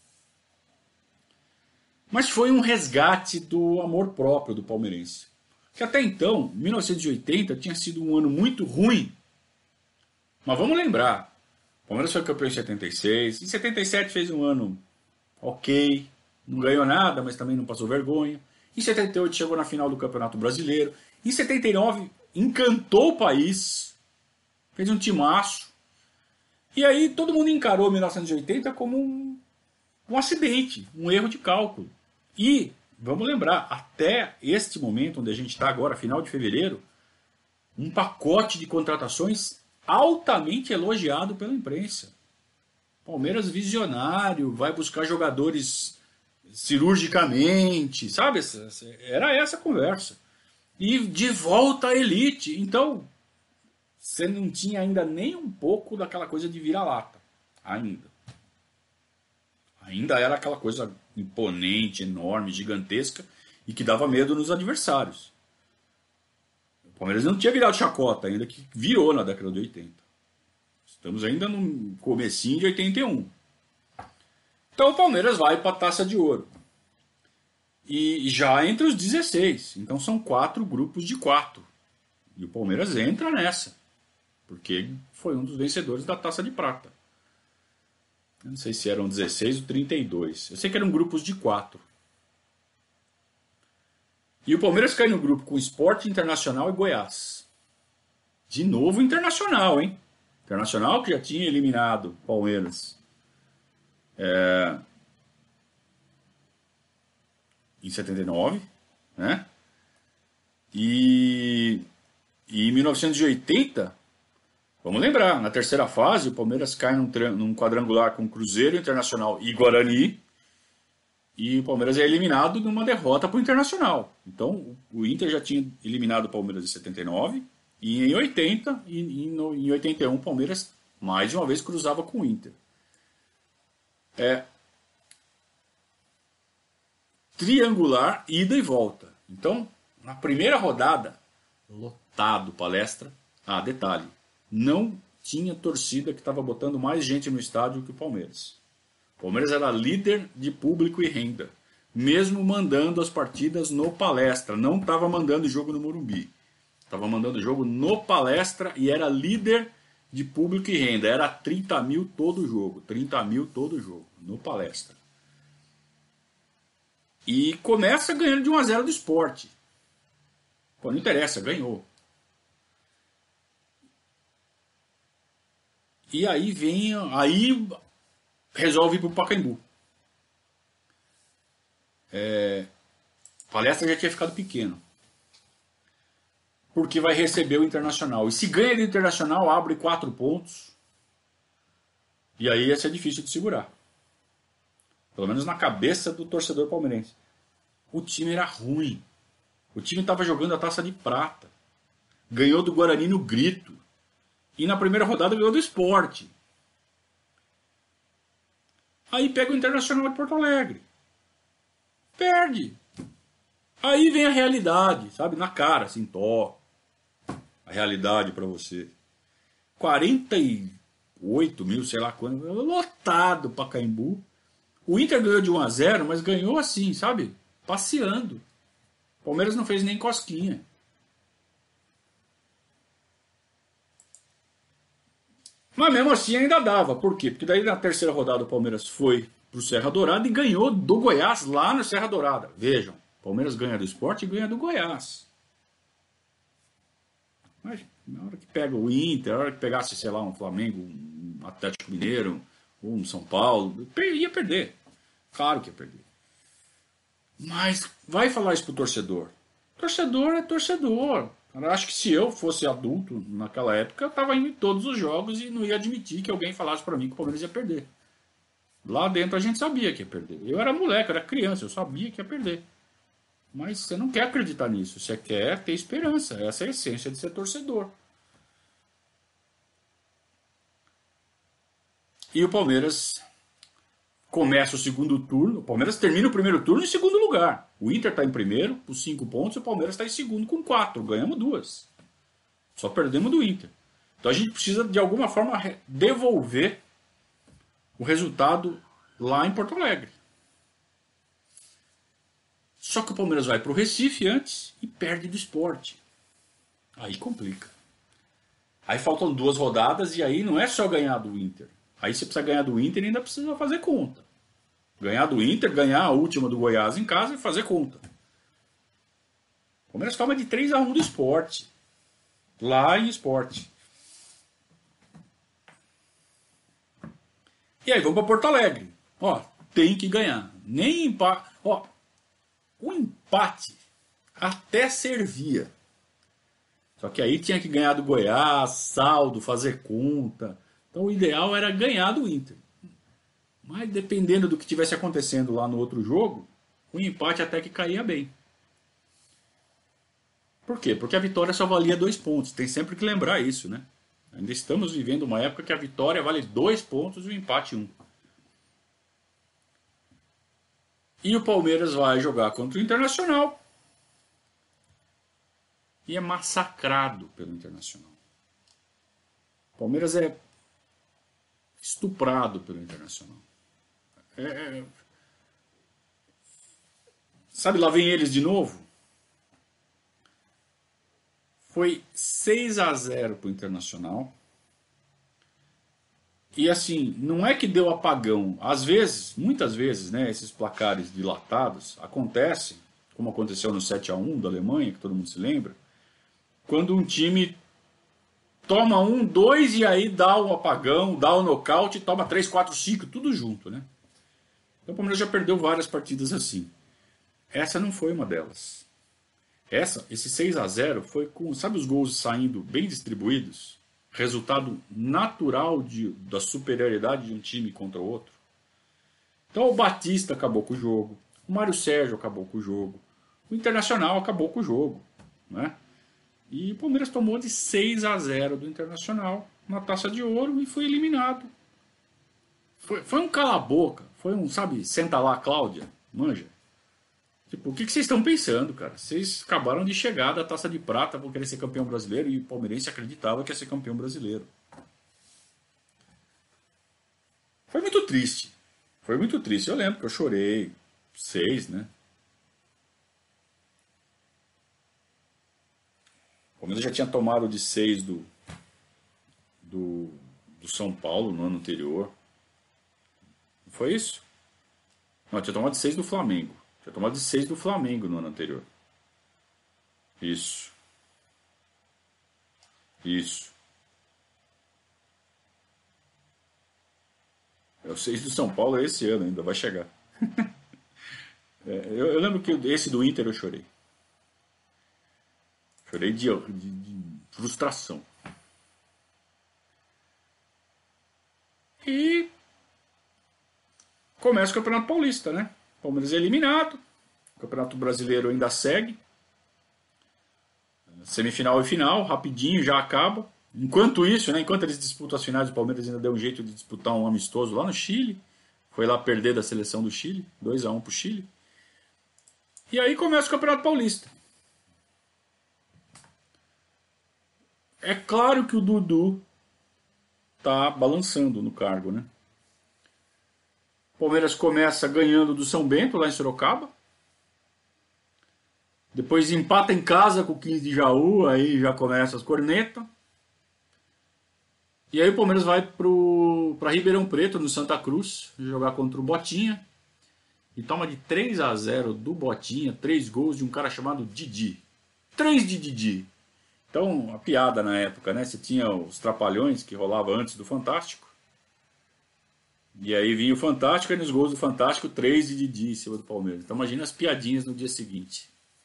Mas foi um resgate do amor próprio do palmeirense. Que até então, mil novecentos e oitenta, tinha sido um ano muito ruim. Mas vamos lembrar, o Palmeiras foi campeão em setenta e seis, em setenta e sete fez um ano ok, não ganhou nada, mas também não passou vergonha. Em setenta e oito chegou na final do Campeonato Brasileiro. Em setenta e nove encantou o país, fez um timaço. E aí todo mundo encarou mil novecentos e oitenta como um, um acidente, um erro de cálculo. E vamos lembrar, até este momento onde a gente está agora, final de fevereiro, um pacote de contratações altamente elogiado pela imprensa. Palmeiras visionário, vai buscar jogadores cirurgicamente, sabe? Era essa a conversa. E de volta à elite. Então, você não tinha ainda nem um pouco daquela coisa de vira-lata. Ainda. Ainda era aquela coisa imponente, enorme, gigantesca e que dava medo nos adversários. O Palmeiras não tinha virado chacota ainda, que virou na década de oitenta. Estamos ainda no comecinho de oitenta e um. Então o Palmeiras vai para a Taça de Ouro. E já entre os dezesseis. Então são quatro grupos de quatro. E o Palmeiras entra nessa. Porque foi um dos vencedores da Taça de Prata. Eu não sei se eram dezesseis ou trinta e dois. Eu sei que eram grupos de quatro. E o Palmeiras cai no grupo com Sport, Internacional e Goiás. De novo Internacional, hein? Internacional que já tinha eliminado o Palmeiras. É... Em setenta e nove, né? E... e em mil novecentos e oitenta, vamos lembrar, na terceira fase, o Palmeiras cai num, num quadrangular com Cruzeiro, Internacional e Guarani. E o Palmeiras é eliminado numa derrota para o Internacional. Então, o Inter já tinha eliminado o Palmeiras em setenta e nove. E em oitenta, e, e no, em oitenta e um, o Palmeiras, mais uma vez, cruzava com o Inter. É... Triangular, ida e volta. Então, na primeira rodada, lotado palestra. Ah, detalhe, não tinha torcida que estava botando mais gente no estádio que o Palmeiras. O Palmeiras era líder de público e renda, mesmo mandando as partidas no Palestra. Não estava mandando jogo no Morumbi. Estava mandando jogo no Palestra e era líder de público e renda. Era trinta mil todo jogo. trinta mil todo jogo, no Palestra. E começa ganhando de um a zero do Sport. Pô, não interessa, ganhou. E aí vem... Aí resolve ir para o Pacaembu. É, a palestra já tinha ficado pequeno. Porque vai receber o Internacional. E se ganha do Internacional, abre quatro pontos. E aí ia ser difícil de segurar. Pelo menos na cabeça do torcedor palmeirense. O time era ruim. O time estava jogando a Taça de Prata. Ganhou do Guarani no grito. E na primeira rodada ganhou do Sport. Aí pega o Internacional de Porto Alegre. Perde. Aí vem a realidade, sabe? Na cara, assim, tó. A realidade para você. quarenta e oito mil, sei lá quando. Lotado para Pacaembu. O Inter ganhou de um a zero, mas ganhou assim, sabe? Passeando. O Palmeiras não fez nem cosquinha. Mas mesmo assim ainda dava. Por quê? Porque daí na terceira rodada o Palmeiras foi pro Serra Dourada e ganhou do Goiás lá no Serra Dourada. Vejam, o Palmeiras ganha do Sport e ganha do Goiás. Mas na hora que pega o Inter, na hora que pegasse, sei lá, um Flamengo, um Atlético Mineiro, ou um São Paulo, ia perder. Claro que ia perder. Mas vai falar isso pro torcedor. Torcedor é torcedor. Eu acho que se eu fosse adulto naquela época, eu estava indo em todos os jogos e não ia admitir que alguém falasse para mim que o Palmeiras ia perder. Lá dentro a gente sabia que ia perder. Eu era moleque, eu era criança, eu sabia que ia perder. Mas você não quer acreditar nisso, você quer ter esperança. Essa é a essência de ser torcedor. E o Palmeiras começa o segundo turno. O Palmeiras termina o primeiro turno em segundo lugar. O Inter está em primeiro, com cinco pontos, e o Palmeiras está em segundo com quatro. Ganhamos duas. Só perdemos do Inter. Então a gente precisa, de alguma forma, devolver o resultado lá em Porto Alegre. Só que o Palmeiras vai para o Recife antes e perde do Sport. Aí complica. Aí faltam duas rodadas e aí não é só ganhar do Inter. Aí você precisa ganhar do Inter e ainda precisa fazer conta. Ganhar do Inter, ganhar a última do Goiás em casa e fazer conta. O Palmeiras toma de três a um do Sport. Lá em Sport. E aí vamos para Porto Alegre. Ó, tem que ganhar. Nem empate. Ó, O empate até servia. Só que aí tinha que ganhar do Goiás, saldo, fazer conta. Então o ideal era ganhar do Inter. Mas dependendo do que tivesse acontecendo lá no outro jogo, o empate até que caía bem. Por quê? Porque a vitória só valia dois pontos. Tem sempre que lembrar isso, né? Ainda estamos vivendo uma época que a vitória vale dois pontos e o empate um. E o Palmeiras vai jogar contra o Internacional. E é massacrado pelo Internacional. O Palmeiras é estuprado pelo Internacional. É... Sabe, lá vem eles de novo. Foi seis a zero para o Internacional. E assim, não é que deu apagão. Às vezes, muitas vezes, né, esses placares dilatados acontecem, como aconteceu no sete a um da Alemanha, que todo mundo se lembra, quando um time toma um, dois e aí dá o apagão, dá o nocaute e toma três, quatro, cinco, tudo junto, né? Então o Palmeiras já perdeu várias partidas assim. Essa não foi uma delas. Essa, esse seis a zero foi com, sabe os gols saindo bem distribuídos? Resultado natural de, da superioridade de um time contra o outro. Então o Batista acabou com o jogo, o Mário Sérgio acabou com o jogo, o Internacional acabou com o jogo, né? E o Palmeiras tomou de seis a zero do Internacional na Taça de Ouro e foi eliminado. Foi, foi um cala-boca, foi um, sabe, senta lá, Cláudia, manja. Tipo, o que, que vocês estão pensando, cara? Vocês acabaram de chegar da Taça de Prata, vão querer ser campeão brasileiro e o palmeirense acreditava que ia ser campeão brasileiro. Foi muito triste. Foi muito triste. Eu lembro que eu chorei. Seis, né? O Palmeiras já tinha tomado de seis do, do, do São Paulo no ano anterior. Não foi isso? Não, tinha tomado de seis do Flamengo. Tinha tomado de seis do Flamengo no ano anterior. Isso. Isso. É o seis do São Paulo é esse ano ainda, vai chegar. é, eu, eu lembro que esse do Inter eu chorei. Chorei de, de, de frustração. E começa o Campeonato Paulista, né? Palmeiras é eliminado. O Campeonato Brasileiro ainda segue. Semifinal e final, rapidinho, já acaba. Enquanto isso, né, enquanto eles disputam as finais, o Palmeiras ainda deu um jeito de disputar um amistoso lá no Chile. Foi lá perder da seleção do Chile, dois a um pro Chile. E aí começa o Campeonato Paulista. É claro que o Dudu tá balançando no cargo, né? O Palmeiras começa ganhando do São Bento, lá em Sorocaba. Depois empata em casa com o quinze de Jaú, aí já começa as cornetas. E aí o Palmeiras vai para Ribeirão Preto, no Santa Cruz, jogar contra o Botinha. E toma de três a zero do Botinha, três gols de um cara chamado Didi. Três de Didi. Então, a piada na época, né? Você tinha os Trapalhões, que rolava antes do Fantástico. E aí vinha o Fantástico, e nos gols do Fantástico, três de Didi em cima do Palmeiras. Então imagina as piadinhas no dia seguinte.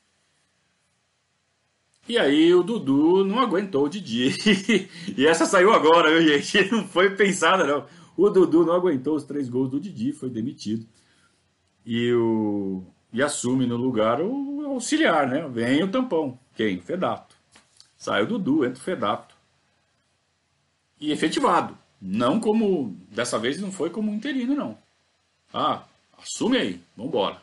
E aí o Dudu não aguentou o Didi. E essa saiu agora, viu, gente? Não foi pensada, não. O Dudu não aguentou os três gols do Didi, foi demitido. E, o... e assume no lugar o auxiliar, né? Vem o tampão. Quem? Fedato. Sai o Dudu, entra o Fedato. E efetivado. Não como... Dessa vez não foi como interino, não. Ah, assume aí. Vambora.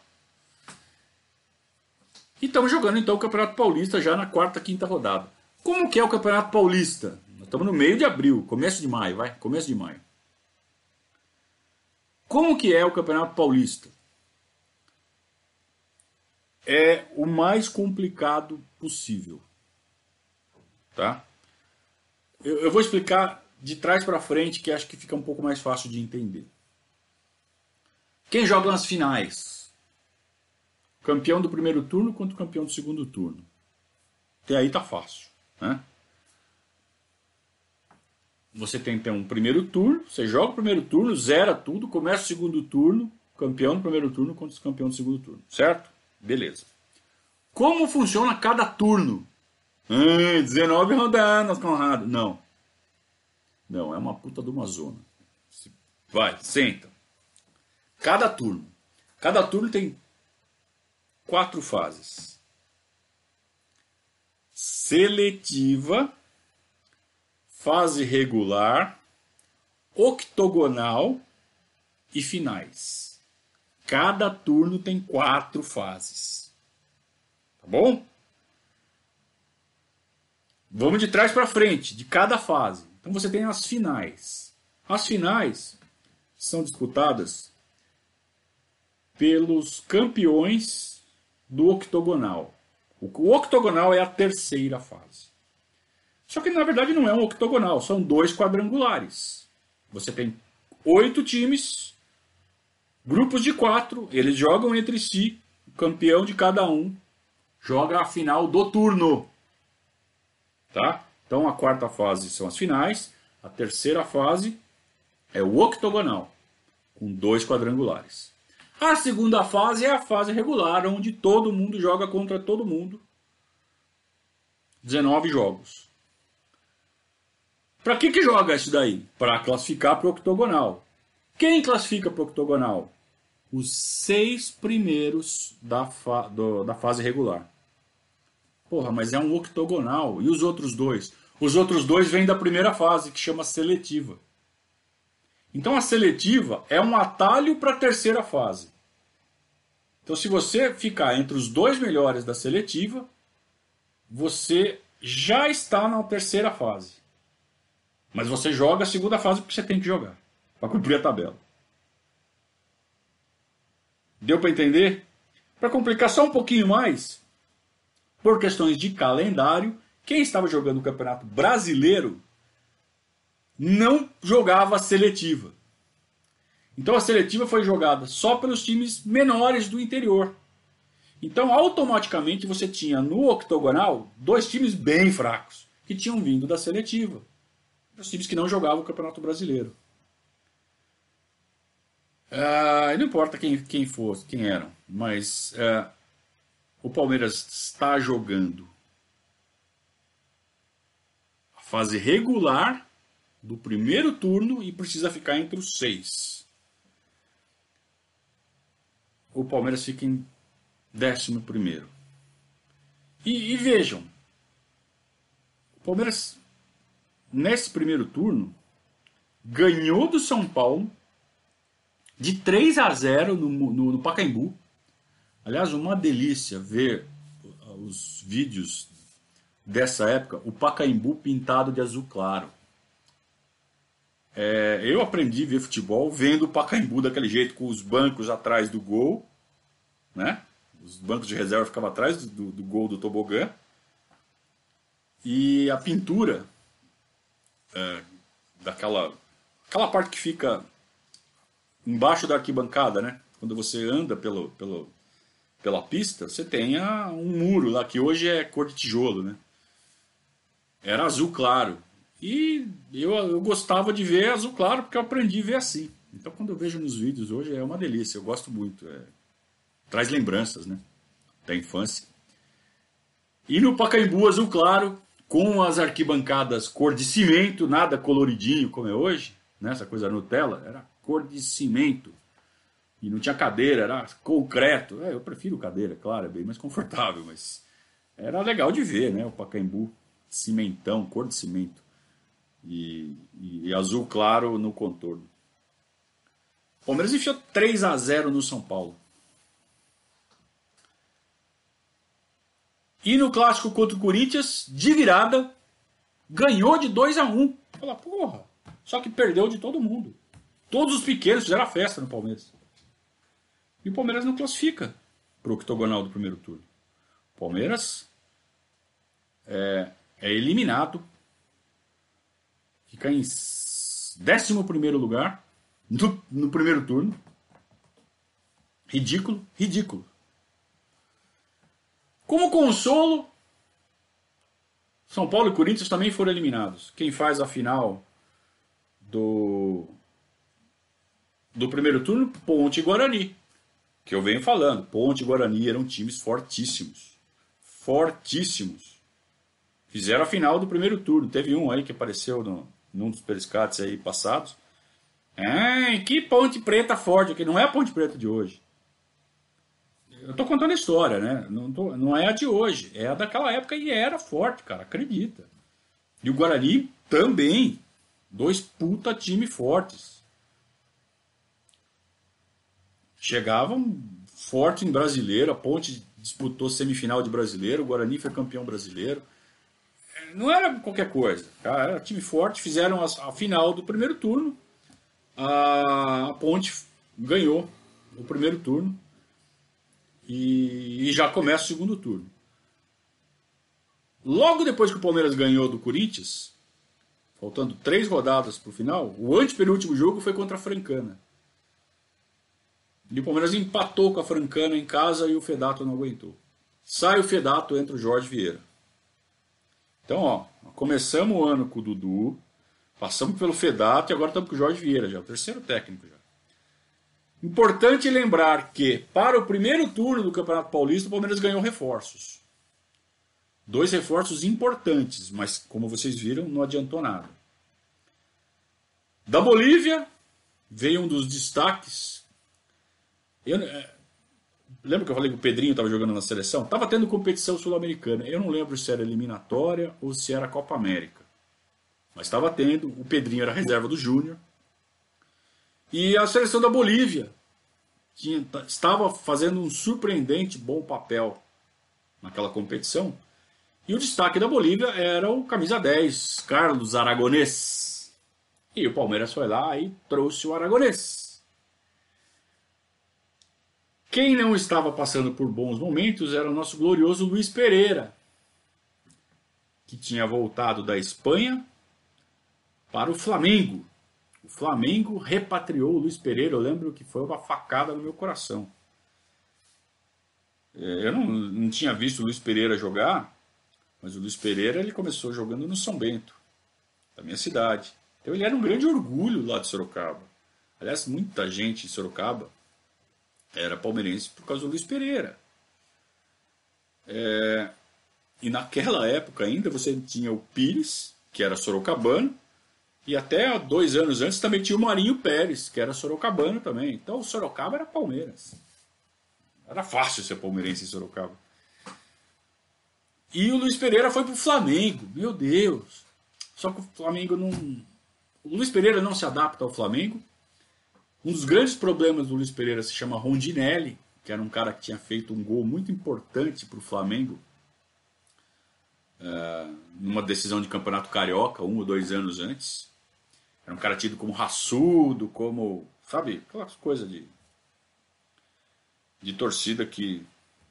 E estamos jogando então o Campeonato Paulista já na quarta, quinta rodada. Como que é o Campeonato Paulista? Nós estamos no meio de abril, começo de maio, vai, começo de maio. Como que é o Campeonato Paulista? É o mais complicado possível. Tá? Eu, eu vou explicar de trás para frente, que acho que fica um pouco mais fácil de entender. Quem joga nas finais? Campeão do primeiro turno contra o campeão do segundo turno. Até aí tá fácil, né? Você tem então um primeiro turno, você joga o primeiro turno, zera tudo, começa o segundo turno, campeão do primeiro turno contra o campeão do segundo turno, certo? Beleza. Como funciona cada turno? Hum, dezenove rodadas, Conrado. Não. Não, é uma puta de uma zona. Vai, senta. Cada turno. Cada turno tem quatro fases. Seletiva, fase regular, octogonal e finais. Cada turno tem quatro fases. Tá bom? Vamos de trás para frente, de cada fase. Então você tem as finais. As finais são disputadas pelos campeões do octogonal. O octogonal é a terceira fase. Só que na verdade não é um octogonal, são dois quadrangulares. Você tem oito times, grupos de quatro, eles jogam entre si, o campeão de cada um joga a final do turno. Tá? Então a quarta fase são as finais, a terceira fase é o octogonal, com dois quadrangulares. A segunda fase é a fase regular, onde todo mundo joga contra todo mundo. dezenove jogos. Para que que joga isso daí? Para classificar para o octogonal. Quem classifica para o octogonal? Os seis primeiros da, fa do, da fase regular. Porra, mas é um octogonal. E os outros dois? Os outros dois vêm da primeira fase, que chama seletiva. Então a seletiva é um atalho para a terceira fase. Então se você ficar entre os dois melhores da seletiva, você já está na terceira fase. Mas você joga a segunda fase porque você tem que jogar, para cumprir a tabela. Deu para entender? Para complicar só um pouquinho mais, por questões de calendário, quem estava jogando o Campeonato Brasileiro não jogava a seletiva. Então a seletiva foi jogada só pelos times menores do interior. Então automaticamente você tinha no octogonal dois times bem fracos, que tinham vindo da seletiva. Os times que não jogavam o Campeonato Brasileiro. Ah, não importa quem, quem fosse, quem eram, mas ah, o Palmeiras está jogando a fase regular do primeiro turno e precisa ficar entre os seis. O Palmeiras fica em décimo primeiro. E, e vejam, o Palmeiras, nesse primeiro turno, ganhou do São Paulo de três a zero no, no, no Pacaembu. Aliás, uma delícia ver os vídeos dessa época, o Pacaembu pintado de azul claro. É, eu aprendi a ver futebol vendo o Pacaembu daquele jeito, com os bancos atrás do gol, né? Os bancos de reserva ficavam atrás do, do gol do tobogã. E a pintura é, daquela aquela parte que fica embaixo da arquibancada, né? Quando você anda pelo, pelo, pela pista, você tem a, um muro lá, que hoje é cor de tijolo, né? Era azul claro. E eu, eu gostava de ver azul claro porque eu aprendi a ver assim. Então quando eu vejo nos vídeos hoje é uma delícia, eu gosto muito. É, traz lembranças, né, da infância. E no Pacaembu azul claro, com as arquibancadas cor de cimento, nada coloridinho como é hoje, né, essa coisa Nutella, era cor de cimento. E não tinha cadeira, era concreto. É, eu prefiro cadeira, claro, é bem mais confortável, mas era legal de ver, né, o Pacaembu, cimentão, cor de cimento. E, e, e azul claro no contorno. O Palmeiras enfiou três a zero no São Paulo. E no clássico contra o Corinthians, de virada, ganhou de dois a um. Fala, porra, só que perdeu de todo mundo. Todos os pequenos fizeram a festa no Palmeiras. E o Palmeiras não classifica para o octogonal do primeiro turno. O Palmeiras é, é eliminado. Fica em décimo primeiro lugar no, no primeiro turno. Ridículo, ridículo. Como consolo, São Paulo e Corinthians também foram eliminados. Quem faz a final do, do primeiro turno? Ponte e Guarani. Que eu venho falando, Ponte e Guarani eram times fortíssimos. Fortíssimos. Fizeram a final do primeiro turno. Teve um aí que apareceu no, num dos periscates aí passados. Ah, que Ponte Preta forte, que não é a Ponte Preta de hoje. Eu tô contando a história, né? Não, tô, não é a de hoje, é a daquela época e era forte, cara, acredita. E o Guarani também. Dois puta time fortes. Chegavam forte em brasileiro, a Ponte disputou semifinal de brasileiro, o Guarani foi campeão brasileiro. Não era qualquer coisa, cara, era time forte, fizeram a, a final do primeiro turno. A, a Ponte ganhou o primeiro turno e, e já começa o segundo turno. Logo depois que o Palmeiras ganhou do Corinthians, faltando três rodadas para o final, o antepenúltimo jogo foi contra a Francana. E o Palmeiras empatou com a Francana em casa e o Fedato não aguentou. Sai o Fedato, entra o Jorge Vieira. Então, ó, começamos o ano com o Dudu, passamos pelo Fedato e agora estamos com o Jorge Vieira, já, o terceiro técnico já. Importante lembrar que, para o primeiro turno do Campeonato Paulista, o Palmeiras ganhou reforços. Dois reforços importantes, mas como vocês viram, não adiantou nada. Da Bolívia, veio um dos destaques. Eu, é, lembra que eu falei que o Pedrinho estava jogando na seleção? Estava tendo competição sul-americana. Eu não lembro se era eliminatória ou se era Copa América. Mas estava tendo. O Pedrinho era reserva do Júnior. E a seleção da Bolívia tinha, estava fazendo um surpreendente bom papel naquela competição. E o destaque da Bolívia era o camisa dez, Carlos Aragonês. E o Palmeiras foi lá e trouxe o Aragonês. Quem não estava passando por bons momentos era o nosso glorioso Luiz Pereira, que tinha voltado da Espanha para o Flamengo. O Flamengo repatriou o Luiz Pereira. Eu lembro que foi uma facada no meu coração. Eu não, não tinha visto o Luiz Pereira jogar, mas o Luiz Pereira ele começou jogando no São Bento, da minha cidade. Então ele era um grande orgulho lá de Sorocaba. Aliás, muita gente em Sorocaba era palmeirense por causa do Luiz Pereira. É... E naquela época ainda você tinha o Pires, que era sorocabano, e até dois anos antes também tinha o Marinho Pérez, que era sorocabano também. Então o Sorocaba era Palmeiras. Era fácil ser palmeirense em Sorocaba. E o Luiz Pereira foi pro Flamengo. Meu Deus. Só que o Flamengo não... O Luiz Pereira não se adapta ao Flamengo. Um dos grandes problemas do Luiz Pereira se chama Rondinelli, que era um cara que tinha feito um gol muito importante pro Flamengo. Uh, numa decisão de campeonato carioca, um ou dois anos antes. Era um cara tido como raçudo, como... Sabe? Aquelas coisas de... De torcida que...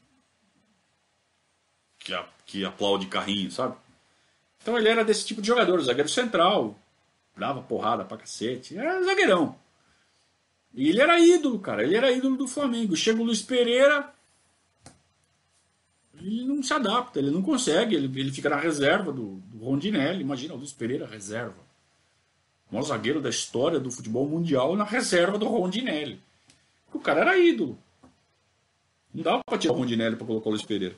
Que, a, que aplaude carrinho, sabe? Então ele era desse tipo de jogador, zagueiro central, dava porrada pra cacete, era zagueirão. E ele era ídolo, cara, ele era ídolo do Flamengo. Chega o Luiz Pereira, ele não se adapta, ele não consegue, ele, ele fica na reserva do, do Rondinelli. Imagina o Luiz Pereira reserva. O maior zagueiro da história do futebol mundial na reserva do Rondinelli. O cara era ídolo. Não dava pra tirar o Rondinelli pra colocar o Luiz Pereira.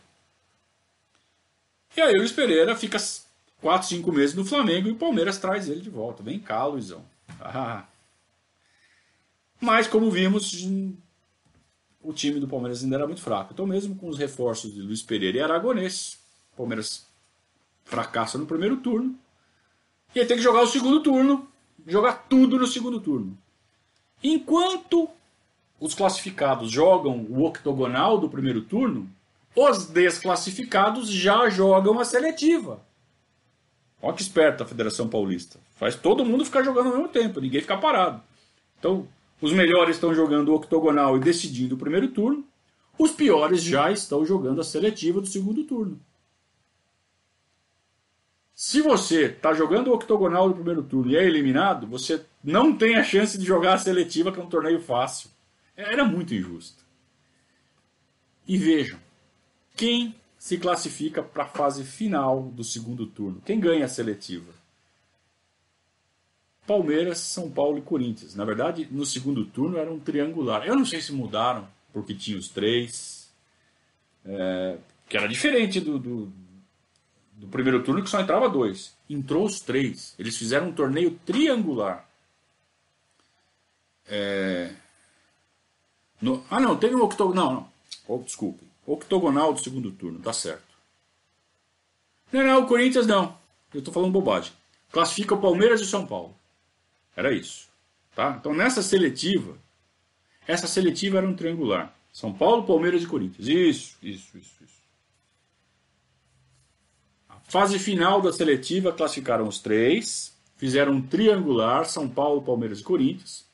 E aí o Luiz Pereira fica quatro, cinco meses no Flamengo e o Palmeiras traz ele de volta. Vem cá, Luizão. Ah. Mas, como vimos, o time do Palmeiras ainda era muito fraco. Então, mesmo com os reforços de Luiz Pereira e Aragonês, o Palmeiras fracassa no primeiro turno. E aí tem que jogar o segundo turno. Jogar tudo no segundo turno. Enquanto os classificados jogam o octogonal do primeiro turno, os desclassificados já jogam a seletiva. Olha que esperta a Federação Paulista. Faz todo mundo ficar jogando ao mesmo tempo, ninguém ficar parado. Então, os melhores estão jogando o octogonal e decidindo o primeiro turno. Os piores já estão jogando a seletiva do segundo turno. Se você está jogando o octogonal do primeiro turno e é eliminado, você não tem a chance de jogar a seletiva, que é um torneio fácil. Era muito injusto. E vejam, quem se classifica para a fase final do segundo turno? Quem ganha a seletiva? Palmeiras, São Paulo e Corinthians. Na verdade, no segundo turno era um triangular. Eu não sei se mudaram. porque tinha os três. É, que era diferente do, do, do primeiro turno, que só entrava dois. Entrou os três. Eles fizeram um torneio triangular. É, no, ah, não, teve um octogonal. Não, não. Oh, desculpe. Octogonal do segundo turno, tá certo. Não, não, o Corinthians não. Eu tô falando bobagem. Classifica o Palmeiras e o São Paulo. Era isso. Tá? Então nessa seletiva, essa seletiva era um triangular. São Paulo, Palmeiras e Corinthians. Isso, isso, isso, isso. A fase final da seletiva classificaram os três. Fizeram um triangular, São Paulo, Palmeiras e Corinthians.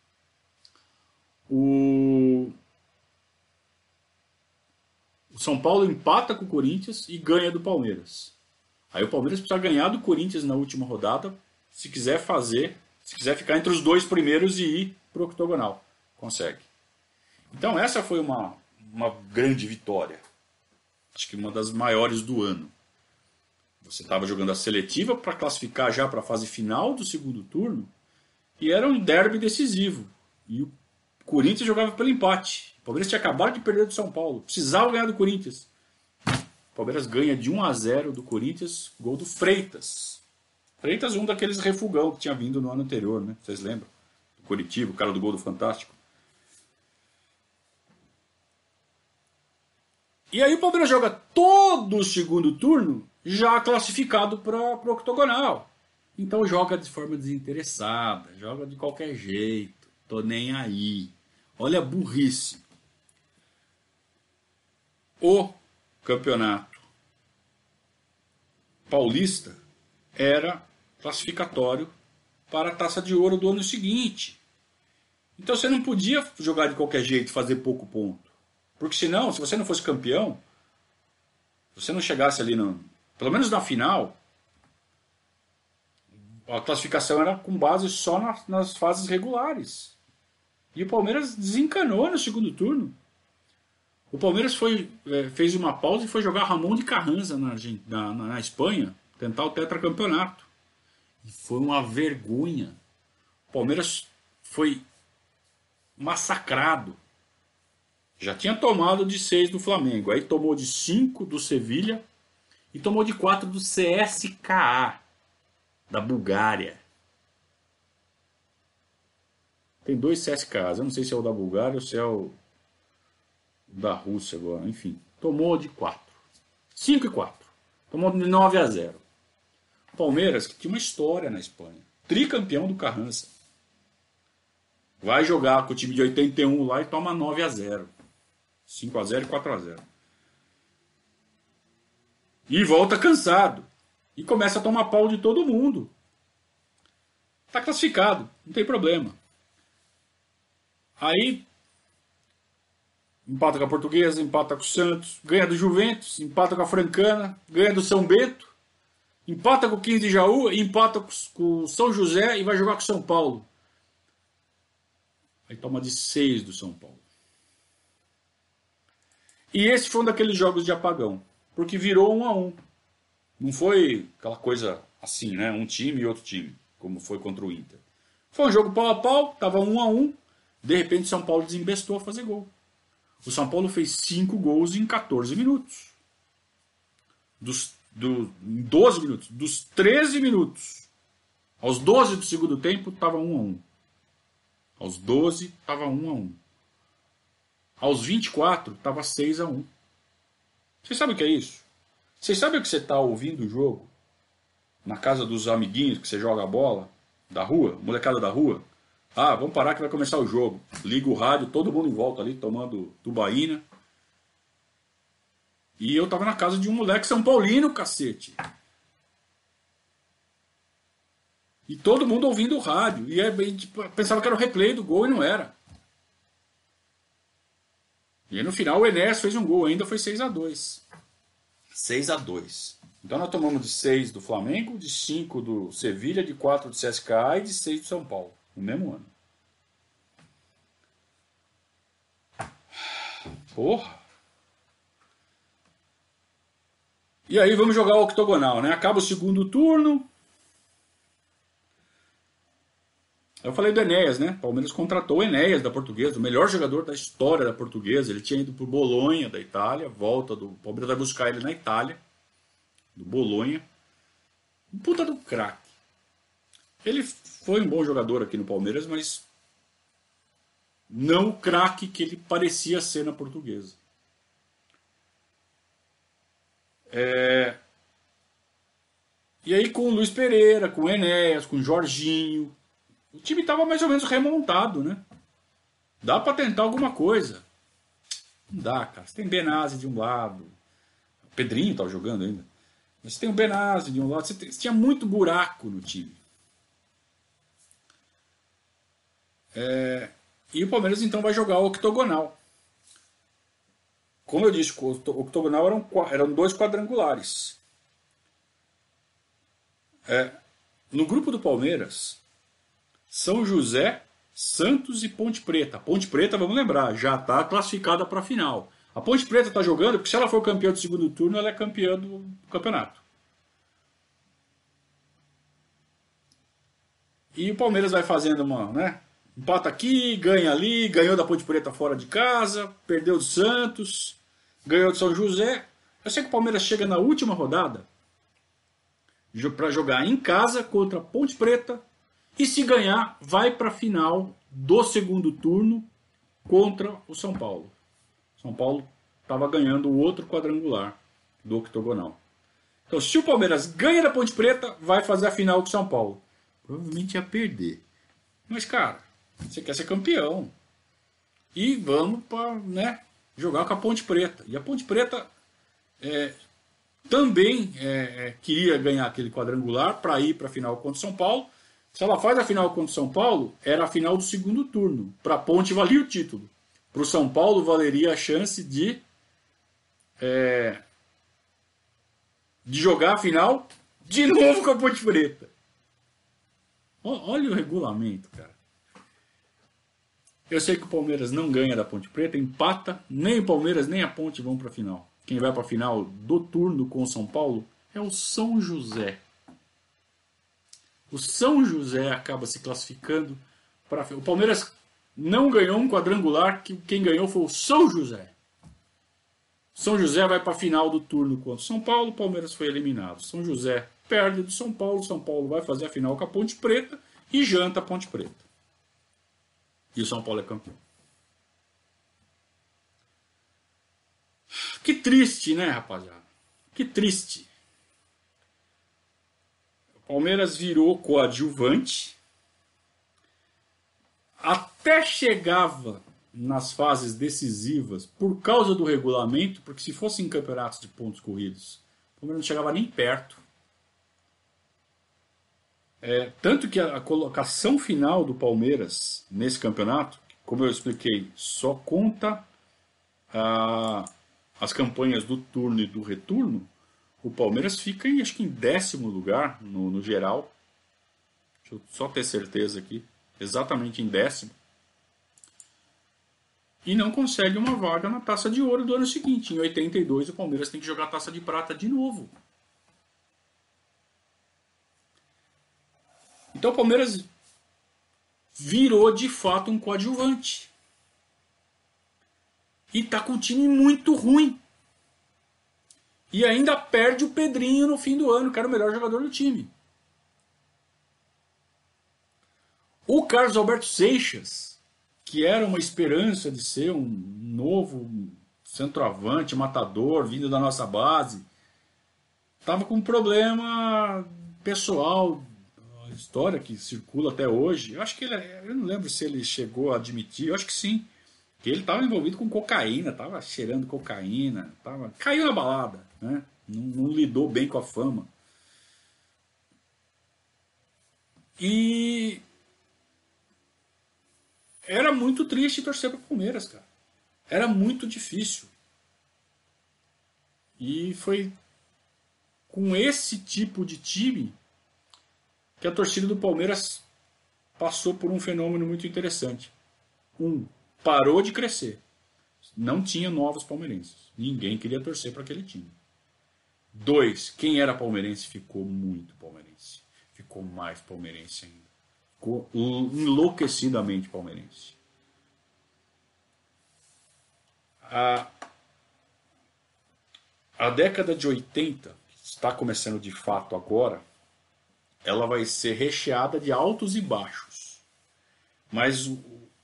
O... o São Paulo empata com o Corinthians e ganha do Palmeiras. Aí o Palmeiras precisa ganhar do Corinthians na última rodada, se quiser fazer, se quiser ficar entre os dois primeiros e ir para o octogonal. Consegue. Então essa foi uma, uma grande vitória. Acho que uma das maiores do ano. Você estava jogando a seletiva para classificar já para a fase final do segundo turno e era um derby decisivo. E o Corinthians jogava pelo empate. O Palmeiras tinha acabado de perder do São Paulo. Precisava ganhar do Corinthians. O Palmeiras ganha de um a zero do Corinthians, gol do Freitas. Freitas, um daqueles refugão que tinha vindo no ano anterior, né? Vocês lembram? Do Coritiba, o cara do gol do Fantástico. E aí o Palmeiras joga todo o segundo turno já classificado para o octogonal. Então joga de forma desinteressada, joga de qualquer jeito, tô nem aí. Olha a burrice. O campeonato paulista era classificatório para a Taça de Ouro do ano seguinte. Então você não podia jogar de qualquer jeito, fazer pouco ponto. Porque senão, se você não fosse campeão, se você não chegasse ali, no, pelo menos na final, a classificação era com base só nas, nas fases regulares. E o Palmeiras desencanou no segundo turno. O Palmeiras foi, é, fez uma pausa e foi jogar Ramon de Carranza na, na, na Espanha, tentar o tetracampeonato. E foi uma vergonha. O Palmeiras foi massacrado. Já tinha tomado de seis do Flamengo, aí tomou de cinco do Sevilha e tomou de quatro do C S K A, da Bulgária. Tem dois C S K As, eu não sei se é o da Bulgária ou se é o da Rússia agora, enfim. Tomou de quatro. cinco e quatro. Tomou de nove a zero. Palmeiras, que tinha uma história na Espanha. Tricampeão do Carranza. Vai jogar com o time de oitenta e um lá e toma nove a zero. cinco a zero e quatro a zero. E volta cansado. E começa a tomar pau de todo mundo. Está classificado, não tem problema. Aí empata com a Portuguesa, empata com o Santos, ganha do Juventus, empata com a Francana, ganha do São Bento, empata com o quinze de Jaú, empata com o São José e vai jogar com o São Paulo. Aí toma de seis do São Paulo. E esse foi um daqueles jogos de apagão, porque virou um a um. Não foi aquela coisa assim, né? Um time e outro time, como foi contra o Inter. Foi um jogo pau a pau, tava um a um. De repente, São Paulo desembestou a fazer gol. O São Paulo fez cinco gols em quatorze minutos. Dos, do, em doze minutos. Dos treze minutos aos doze do segundo tempo, estava um a um. Aos doze, estava um a um. Aos vinte e quatro, estava seis a um. Vocês sabem o que é isso? Vocês sabem o que você está ouvindo o jogo? Na casa dos amiguinhos que você joga a bola? Da rua? Molecada da rua? Ah, vamos parar que vai começar o jogo. Liga o rádio, todo mundo em volta ali, tomando tubaína. E eu tava na casa de um moleque São Paulino, cacete. E todo mundo ouvindo o rádio. E é bem, tipo, pensava que era o replay do gol e não era. E aí no final o Enéas fez um gol, ainda foi seis a dois. seis a dois. Então nós tomamos de seis do Flamengo, de cinco do Sevilha, de quatro do C S K A e de seis do São Paulo. No mesmo ano. Porra. E aí vamos jogar o octogonal, né? Acaba o segundo turno. Eu falei do Enéas, né? O Palmeiras contratou o Enéas da Portuguesa, o melhor jogador da história da Portuguesa. Ele tinha ido para o Bolonha da Itália, volta do. O Palmeiras vai buscar ele na Itália, do Bolonha. Um puta do craque. Ele foi um bom jogador aqui no Palmeiras, mas não o craque que ele parecia ser na Portuguesa. É... E aí com o Luiz Pereira, com o Enéas, com o Jorginho, o time estava mais ou menos remontado, né? Dá para tentar alguma coisa. Não dá, cara. Você tem Benazzi de um lado, o Pedrinho estava jogando ainda. Mas você tem o Benazzi de um lado, você, tem... você tinha muito buraco no time. É... E o Palmeiras então vai jogar o octogonal. Como eu disse, o octogonal eram, eram dois quadrangulares. É... No grupo do Palmeiras, São José, Santos e Ponte Preta. A Ponte Preta, vamos lembrar, já está classificada para a final. A Ponte Preta está jogando porque se ela for campeã do segundo turno, ela é campeã do campeonato. E o Palmeiras vai fazendo uma, né? Empata aqui, ganha ali, ganhou da Ponte Preta fora de casa, perdeu do Santos, ganhou do São José. Eu sei que o Palmeiras chega na última rodada para jogar em casa contra a Ponte Preta e se ganhar, vai para a final do segundo turno contra o São Paulo. São Paulo estava ganhando o outro quadrangular do octogonal. Então, se o Palmeiras ganha da Ponte Preta, vai fazer a final com o São Paulo. Provavelmente ia perder. Mas, cara, você quer ser campeão. E vamos para, né, jogar com a Ponte Preta. E a Ponte Preta é, também é, é, queria ganhar aquele quadrangular para ir para a final contra o São Paulo. Se ela faz a final contra o São Paulo, era a final do segundo turno. Para a Ponte valia o título. Para o São Paulo valeria a chance de, é, de jogar a final de novo com a Ponte Preta. Olha o regulamento, cara. Eu sei que o Palmeiras não ganha da Ponte Preta, empata, nem o Palmeiras nem a Ponte vão para a final. Quem vai para a final do turno com o São Paulo é o São José. O São José acaba se classificando para a final. O Palmeiras não ganhou um quadrangular, que quem ganhou foi o São José. São José vai para a final do turno contra o São Paulo, o Palmeiras foi eliminado. São José perde do São Paulo, São Paulo vai fazer a final com a Ponte Preta e janta a Ponte Preta. E o São Paulo é campeão. Que triste, né, rapaziada? Que triste. O Palmeiras virou coadjuvante. Até chegava nas fases decisivas por causa do regulamento, porque se fossem campeonatos de pontos corridos, o Palmeiras não chegava nem perto. É, tanto que a, a colocação final do Palmeiras nesse campeonato, como eu expliquei, só conta a, as campanhas do turno e do retorno. O Palmeiras fica em, acho que em décimo lugar no, no geral. Deixa eu só ter certeza aqui. Exatamente em décimo. E não consegue uma vaga na Taça de Ouro do ano seguinte. Em oitenta e dois o Palmeiras tem que jogar a Taça de Prata de novo. Então o Palmeiras virou de fato um coadjuvante. E tá com um time muito ruim. E ainda perde o Pedrinho no fim do ano, que era o melhor jogador do time. O Carlos Alberto Seixas, que era uma esperança de ser um novo centroavante, matador, vindo da nossa base, estava com um problema pessoal, a história que circula até hoje. Eu acho que ele, eu não lembro se ele chegou a admitir, eu acho que sim, que ele estava envolvido com cocaína, estava cheirando cocaína, tava, caiu na balada, né? não, não lidou bem com a fama. E era muito triste torcer para o Palmeiras, cara. Era muito difícil. E foi com esse tipo de time que a torcida do Palmeiras passou por um fenômeno muito interessante. Um, parou de crescer. Não tinha novos palmeirenses. Ninguém queria torcer para aquele time. Dois, quem era palmeirense ficou muito palmeirense. Ficou mais palmeirense ainda. enlouquecidamente palmeirense. A, a década de oitenta, que está começando de fato agora, ela vai ser recheada de altos e baixos. Mas o,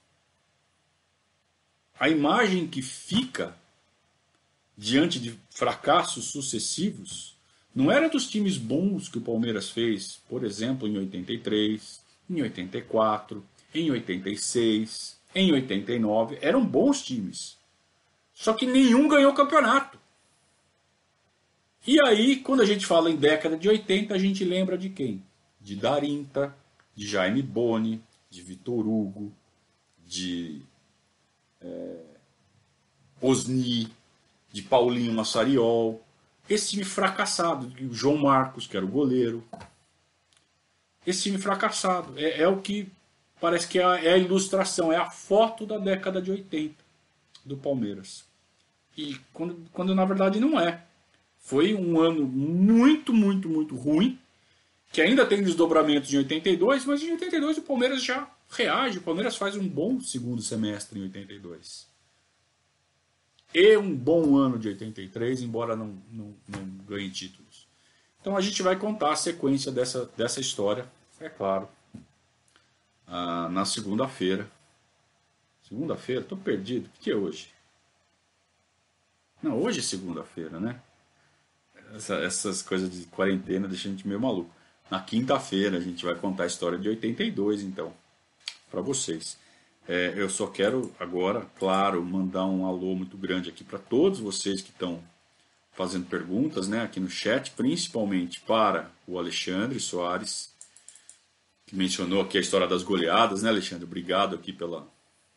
a imagem que fica diante de fracassos sucessivos não era dos times bons que o Palmeiras fez, por exemplo, em oitenta e três, em oitenta e quatro, em oitenta e seis, em oitenta e nove. Eram bons times. Só que nenhum ganhou campeonato. E aí, quando a gente fala em década de oitenta, a gente lembra de quem? De Darinta, de Jaime Boni, de Vitor Hugo, de é, Osni, de Paulinho Massariol. Esse time fracassado, o João Marcos, que era o goleiro. Esse time fracassado. É, é o que parece que é a, é a ilustração, é a foto da década de oitenta do Palmeiras. E quando, quando na verdade não é. Foi um ano muito, muito, muito ruim, que ainda tem desdobramentos em oitenta e dois, mas em oitenta e dois o Palmeiras já reage. O Palmeiras faz um bom segundo semestre em oitenta e dois. E um bom ano de oitenta e três, embora não, não, não ganhe títulos. Então a gente vai contar a sequência dessa, dessa história, é claro, ah, na segunda-feira. Segunda-feira? Estou perdido. O que é hoje? Não, hoje é segunda-feira, né? Essa, essas coisas de quarentena deixam a gente meio maluco. Na quinta-feira a gente vai contar a história de oitenta e dois, então, para vocês. É, eu só quero agora, claro, mandar um alô muito grande aqui para todos vocês que estão fazendo perguntas, né, aqui no chat, principalmente para o Alexandre Soares, que mencionou aqui a história das goleadas, né, Alexandre? Obrigado aqui pela,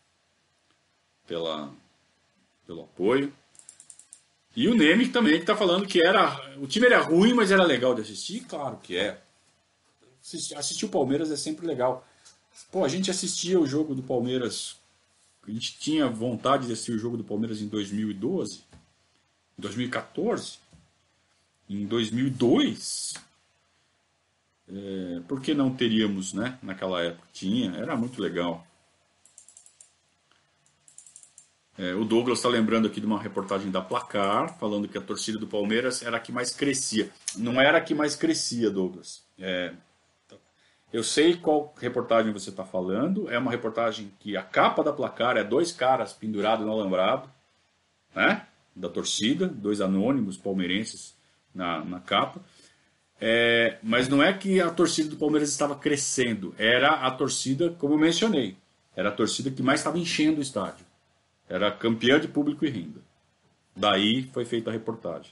pela, pelo apoio. E o Neme também, que está falando que era, o time era ruim, mas era legal de assistir. Claro que é. Assistir o Palmeiras é sempre legal. Pô, a gente assistia o jogo do Palmeiras, a gente tinha vontade de assistir o jogo do Palmeiras em dois mil e doze, em dois mil e quatorze, em dois mil e dois. É, por que não teríamos, né, naquela época? Tinha, era muito legal. É, o Douglas está lembrando aqui de uma reportagem da Placar, falando que a torcida do Palmeiras era a que mais crescia. Não era a que mais crescia, Douglas. É, eu sei qual reportagem você está falando. É uma reportagem que a capa da Placar é dois caras pendurados no alambrado, né, da torcida, dois anônimos palmeirenses na, na capa. É, mas não é que a torcida do Palmeiras estava crescendo. Era a torcida, como eu mencionei, era a torcida que mais estava enchendo o estádio. Era campeã de público e renda. Daí foi feita a reportagem.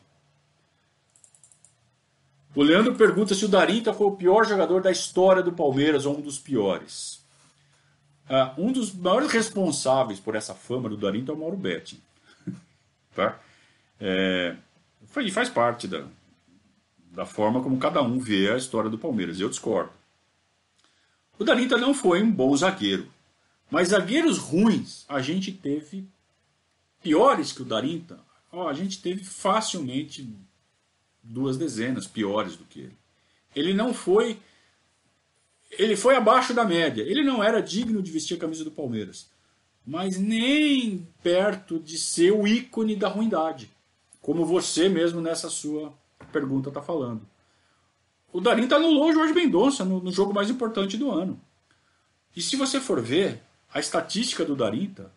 O Leandro pergunta se o Darinta foi o pior jogador da história do Palmeiras ou um dos piores. Ah, um dos maiores responsáveis por essa fama do Darinta é o Mauro Betti. Tá? É, foi, faz parte da, da forma como cada um vê a história do Palmeiras. Eu discordo. O Darinta não foi um bom zagueiro. Mas zagueiros ruins, a gente teve piores que o Darinta. Ó, a gente teve facilmente duas dezenas piores do que ele. Ele não foi... Ele foi abaixo da média. Ele não era digno de vestir a camisa do Palmeiras. Mas nem perto de ser o ícone da ruindade. Como você mesmo nessa sua pergunta está falando. O Darinta anulou o Jorge Mendonça no, no jogo mais importante do ano. E se você for ver... A estatística do Darinta,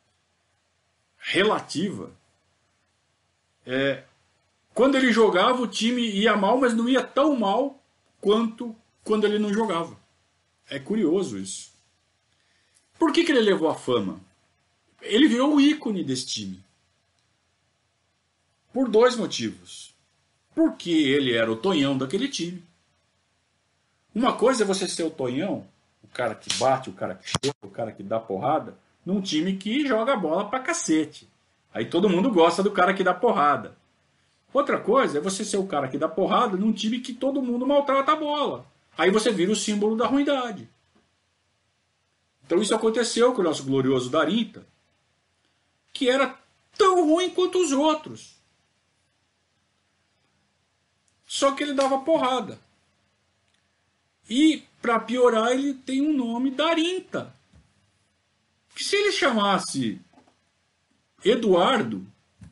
relativa, é, quando ele jogava o time ia mal, mas não ia tão mal quanto quando ele não jogava. É curioso isso. Por que, que ele levou a fama? Ele virou o ícone desse time. Por dois motivos. Porque ele era o Tonhão daquele time. Uma coisa é você ser o Tonhão, o cara que bate, o cara que chuta, o cara que dá porrada, num time que joga bola pra cacete. Aí todo mundo gosta do cara que dá porrada. Outra coisa é você ser o cara que dá porrada num time que todo mundo maltrata a bola. Aí você vira o símbolo da ruindade. Então isso aconteceu com o nosso glorioso Darinta, que era tão ruim quanto os outros. Só que ele dava porrada. E para piorar, ele tem um nome Darinta. Que se ele chamasse Eduardo,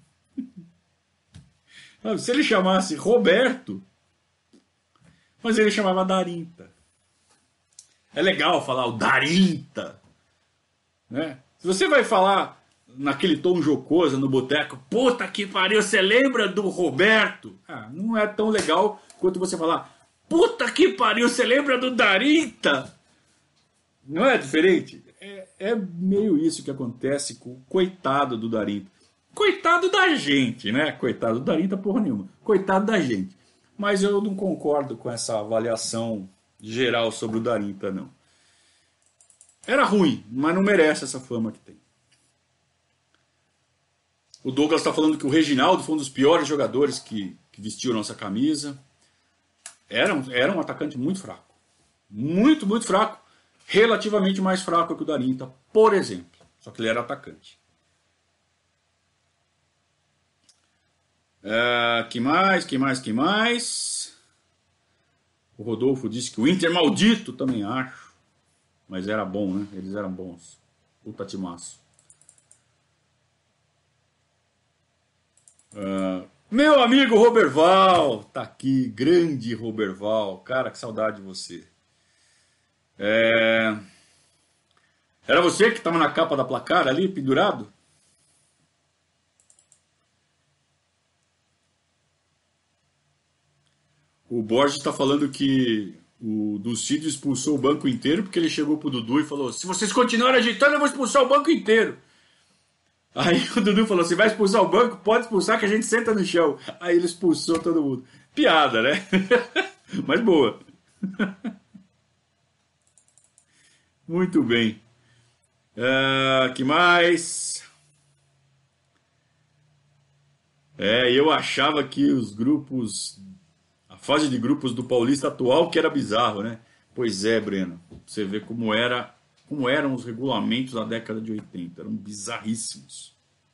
se ele chamasse Roberto, mas ele chamava Darinta. É legal falar o Darinta, né? Se você vai falar naquele tom jocoso no boteco, puta que pariu, você lembra do Roberto? Ah, não é tão legal quanto você falar, puta que pariu, você lembra do Darinta? Não é diferente? É, é meio isso que acontece com o coitado do Darinta. Coitado da gente, né? Coitado do Darinta, porra nenhuma. Coitado da gente. Mas eu não concordo com essa avaliação geral sobre o Darinta, não. Era ruim, mas não merece essa fama que tem. O Douglas está falando que o Reginaldo foi um dos piores jogadores que, que vestiu nossa camisa. Era um, era um atacante muito fraco. Muito, muito fraco. Relativamente mais fraco que o Darinta, por exemplo. Só que ele era atacante. É, que mais, que mais, que mais? O Rodolfo disse que o Inter maldito, também acho. Mas era bom, né? Eles eram bons. Puta timaço. Uh, meu amigo Roberval, tá aqui, grande Roberval, cara, que saudade de você. É... Era você que estava na capa da placar ali, pendurado? O Borges está falando que o Ducídio expulsou o banco inteiro porque ele chegou pro Dudu e falou: se vocês continuarem agitando, eu vou expulsar o banco inteiro. Aí o Dudu falou: se vai expulsar o banco, pode expulsar que a gente senta no chão. Aí ele expulsou todo mundo. Piada, né? Mas boa. Muito bem. Uh, que mais? É, eu achava que os grupos... A fase de grupos do Paulista atual que era bizarro, né? Pois é, Breno. Você vê como era... Como eram os regulamentos da década de oitenta. Eram bizarríssimos.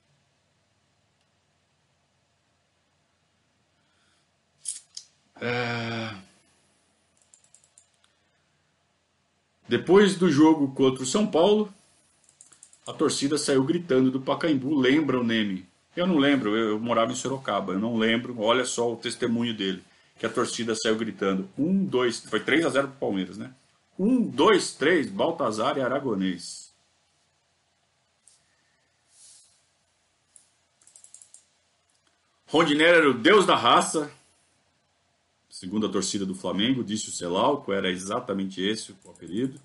É... Depois do jogo contra o São Paulo, a torcida saiu gritando do Pacaembu. Lembra o Neme? Eu não lembro, eu, eu morava em Sorocaba. Eu não lembro, olha só o testemunho dele. Que a torcida saiu gritando. Um, dois, foi três a zero pro Palmeiras, né? Um, dois, três, Baltazar e Aragonês. Rondinelli era o deus da raça. Segundo a torcida do Flamengo, disse o Celalco, era exatamente esse o apelido.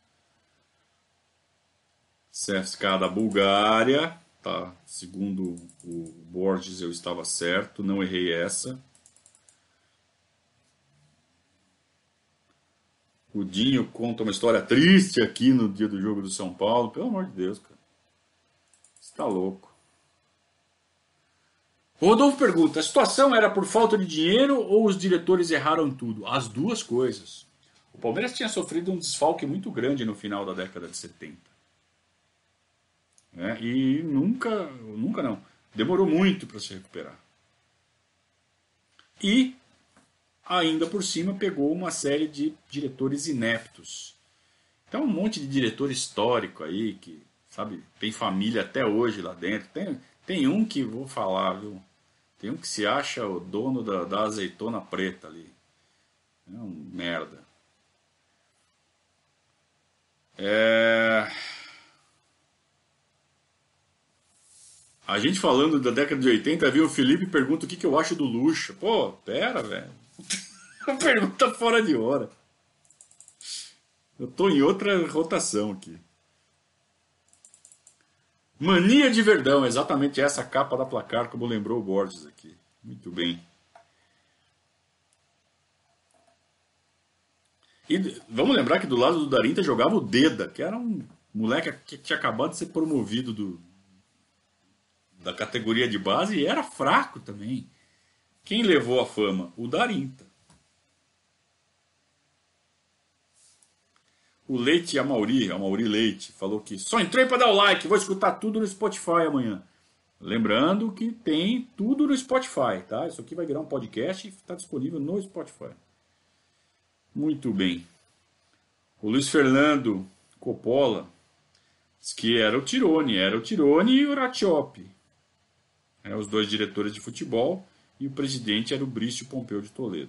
C S K A da Bulgária. Tá, segundo o Borges, eu estava certo, não errei essa. O Dinho conta uma história triste aqui no dia do jogo do São Paulo. Pelo amor de Deus, cara. Você tá louco. O Rodolfo pergunta, a situação era por falta de dinheiro ou os diretores erraram tudo? As duas coisas. O Palmeiras tinha sofrido um desfalque muito grande no final da década de setenta. É, e nunca, nunca não, demorou muito para se recuperar. E ainda por cima pegou uma série de diretores ineptos. Então um monte de diretor histórico aí que, sabe, tem família até hoje lá dentro. Tem, tem um que, vou falar, viu? Tem um que se acha o dono da, da azeitona preta ali. É um merda. É... A gente falando da década de oitenta, viu o Felipe pergunta o que, que eu acho do Lucha. Pô, pera, velho. Pergunta fora de hora. Eu tô em outra rotação aqui. Mania de Verdão, exatamente essa capa da placar, como lembrou o Borges aqui. Muito bem. E vamos lembrar que do lado do Darinta jogava o Deda, que era um moleque que tinha acabado de ser promovido do, da categoria de base e era fraco também. Quem levou a fama? O Darinta. O Leite Amauri, Amauri Leite, falou que só entrei para dar o like, vou escutar tudo no Spotify amanhã. Lembrando que tem tudo no Spotify, tá? Isso aqui vai virar um podcast e está disponível no Spotify. Muito bem. O Luiz Fernando Coppola diz que era o Tirone, era o Tirone e o Ratiopi. É, os dois diretores de futebol, e o presidente era o Brício Pompeu de Toledo.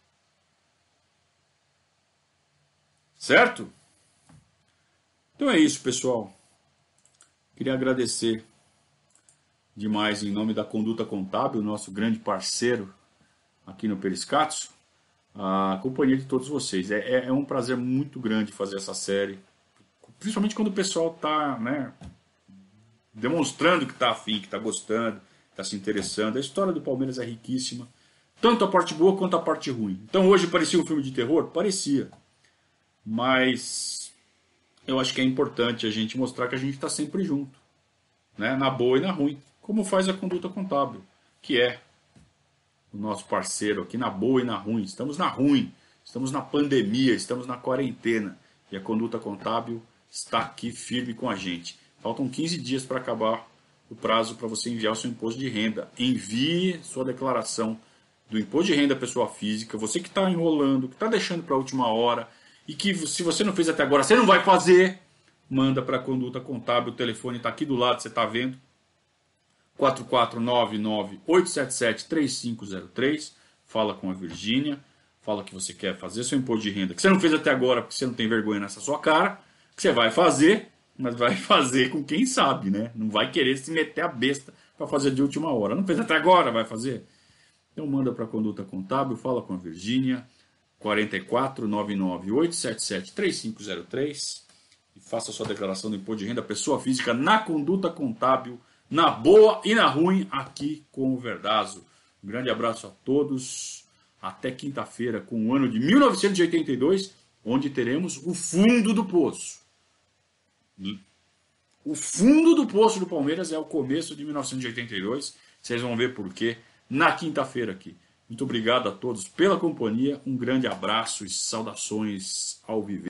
Certo? Então é isso, pessoal. Queria agradecer demais em nome da Conduta Contábil, nosso grande parceiro aqui no Periscatso, a companhia de todos vocês. É, é um prazer muito grande fazer essa série, principalmente quando o pessoal está, né, demonstrando que está afim, que está gostando, está se interessando. A história do Palmeiras é riquíssima, tanto a parte boa quanto a parte ruim. Então hoje parecia um filme de terror? Parecia. Mas eu acho que é importante a gente mostrar que a gente está sempre junto, né? Na boa e na ruim, como faz a Conduta Contábil, que é o nosso parceiro aqui na boa e na ruim. Estamos na ruim, estamos na pandemia, estamos na quarentena, e a Conduta Contábil está aqui firme com a gente. Faltam quinze dias para acabar o prazo para você enviar o seu imposto de renda. Envie sua declaração do imposto de renda pessoa física, você que está enrolando, que está deixando para a última hora, e que se você não fez até agora, você não vai fazer, manda para a Conduta Contábil, o telefone está aqui do lado, você está vendo, quatro quatro nove nove oito sete sete três cinco zero três, fala com a Virgínia, fala que você quer fazer seu imposto de renda, que você não fez até agora porque você não tem vergonha nessa sua cara, que você vai fazer, mas vai fazer com quem sabe, né? Não vai querer se meter a besta para fazer de última hora. Não fez até agora, vai fazer? Então manda para a Conduta Contábil, fala com a Virgínia, quatro quatro nove nove oito sete sete três cinco zero três, e faça sua declaração do imposto de renda pessoa física na Conduta Contábil, na boa e na ruim, aqui com o Verdazo. Um grande abraço a todos, até quinta-feira com o ano de mil novecentos e oitenta e dois, onde teremos o fundo do poço. O fundo do poço do Palmeiras é o começo de mil novecentos e oitenta e dois, vocês vão ver por quê na quinta-feira aqui. Muito obrigado a todos pela companhia, um grande abraço e saudações ao viver.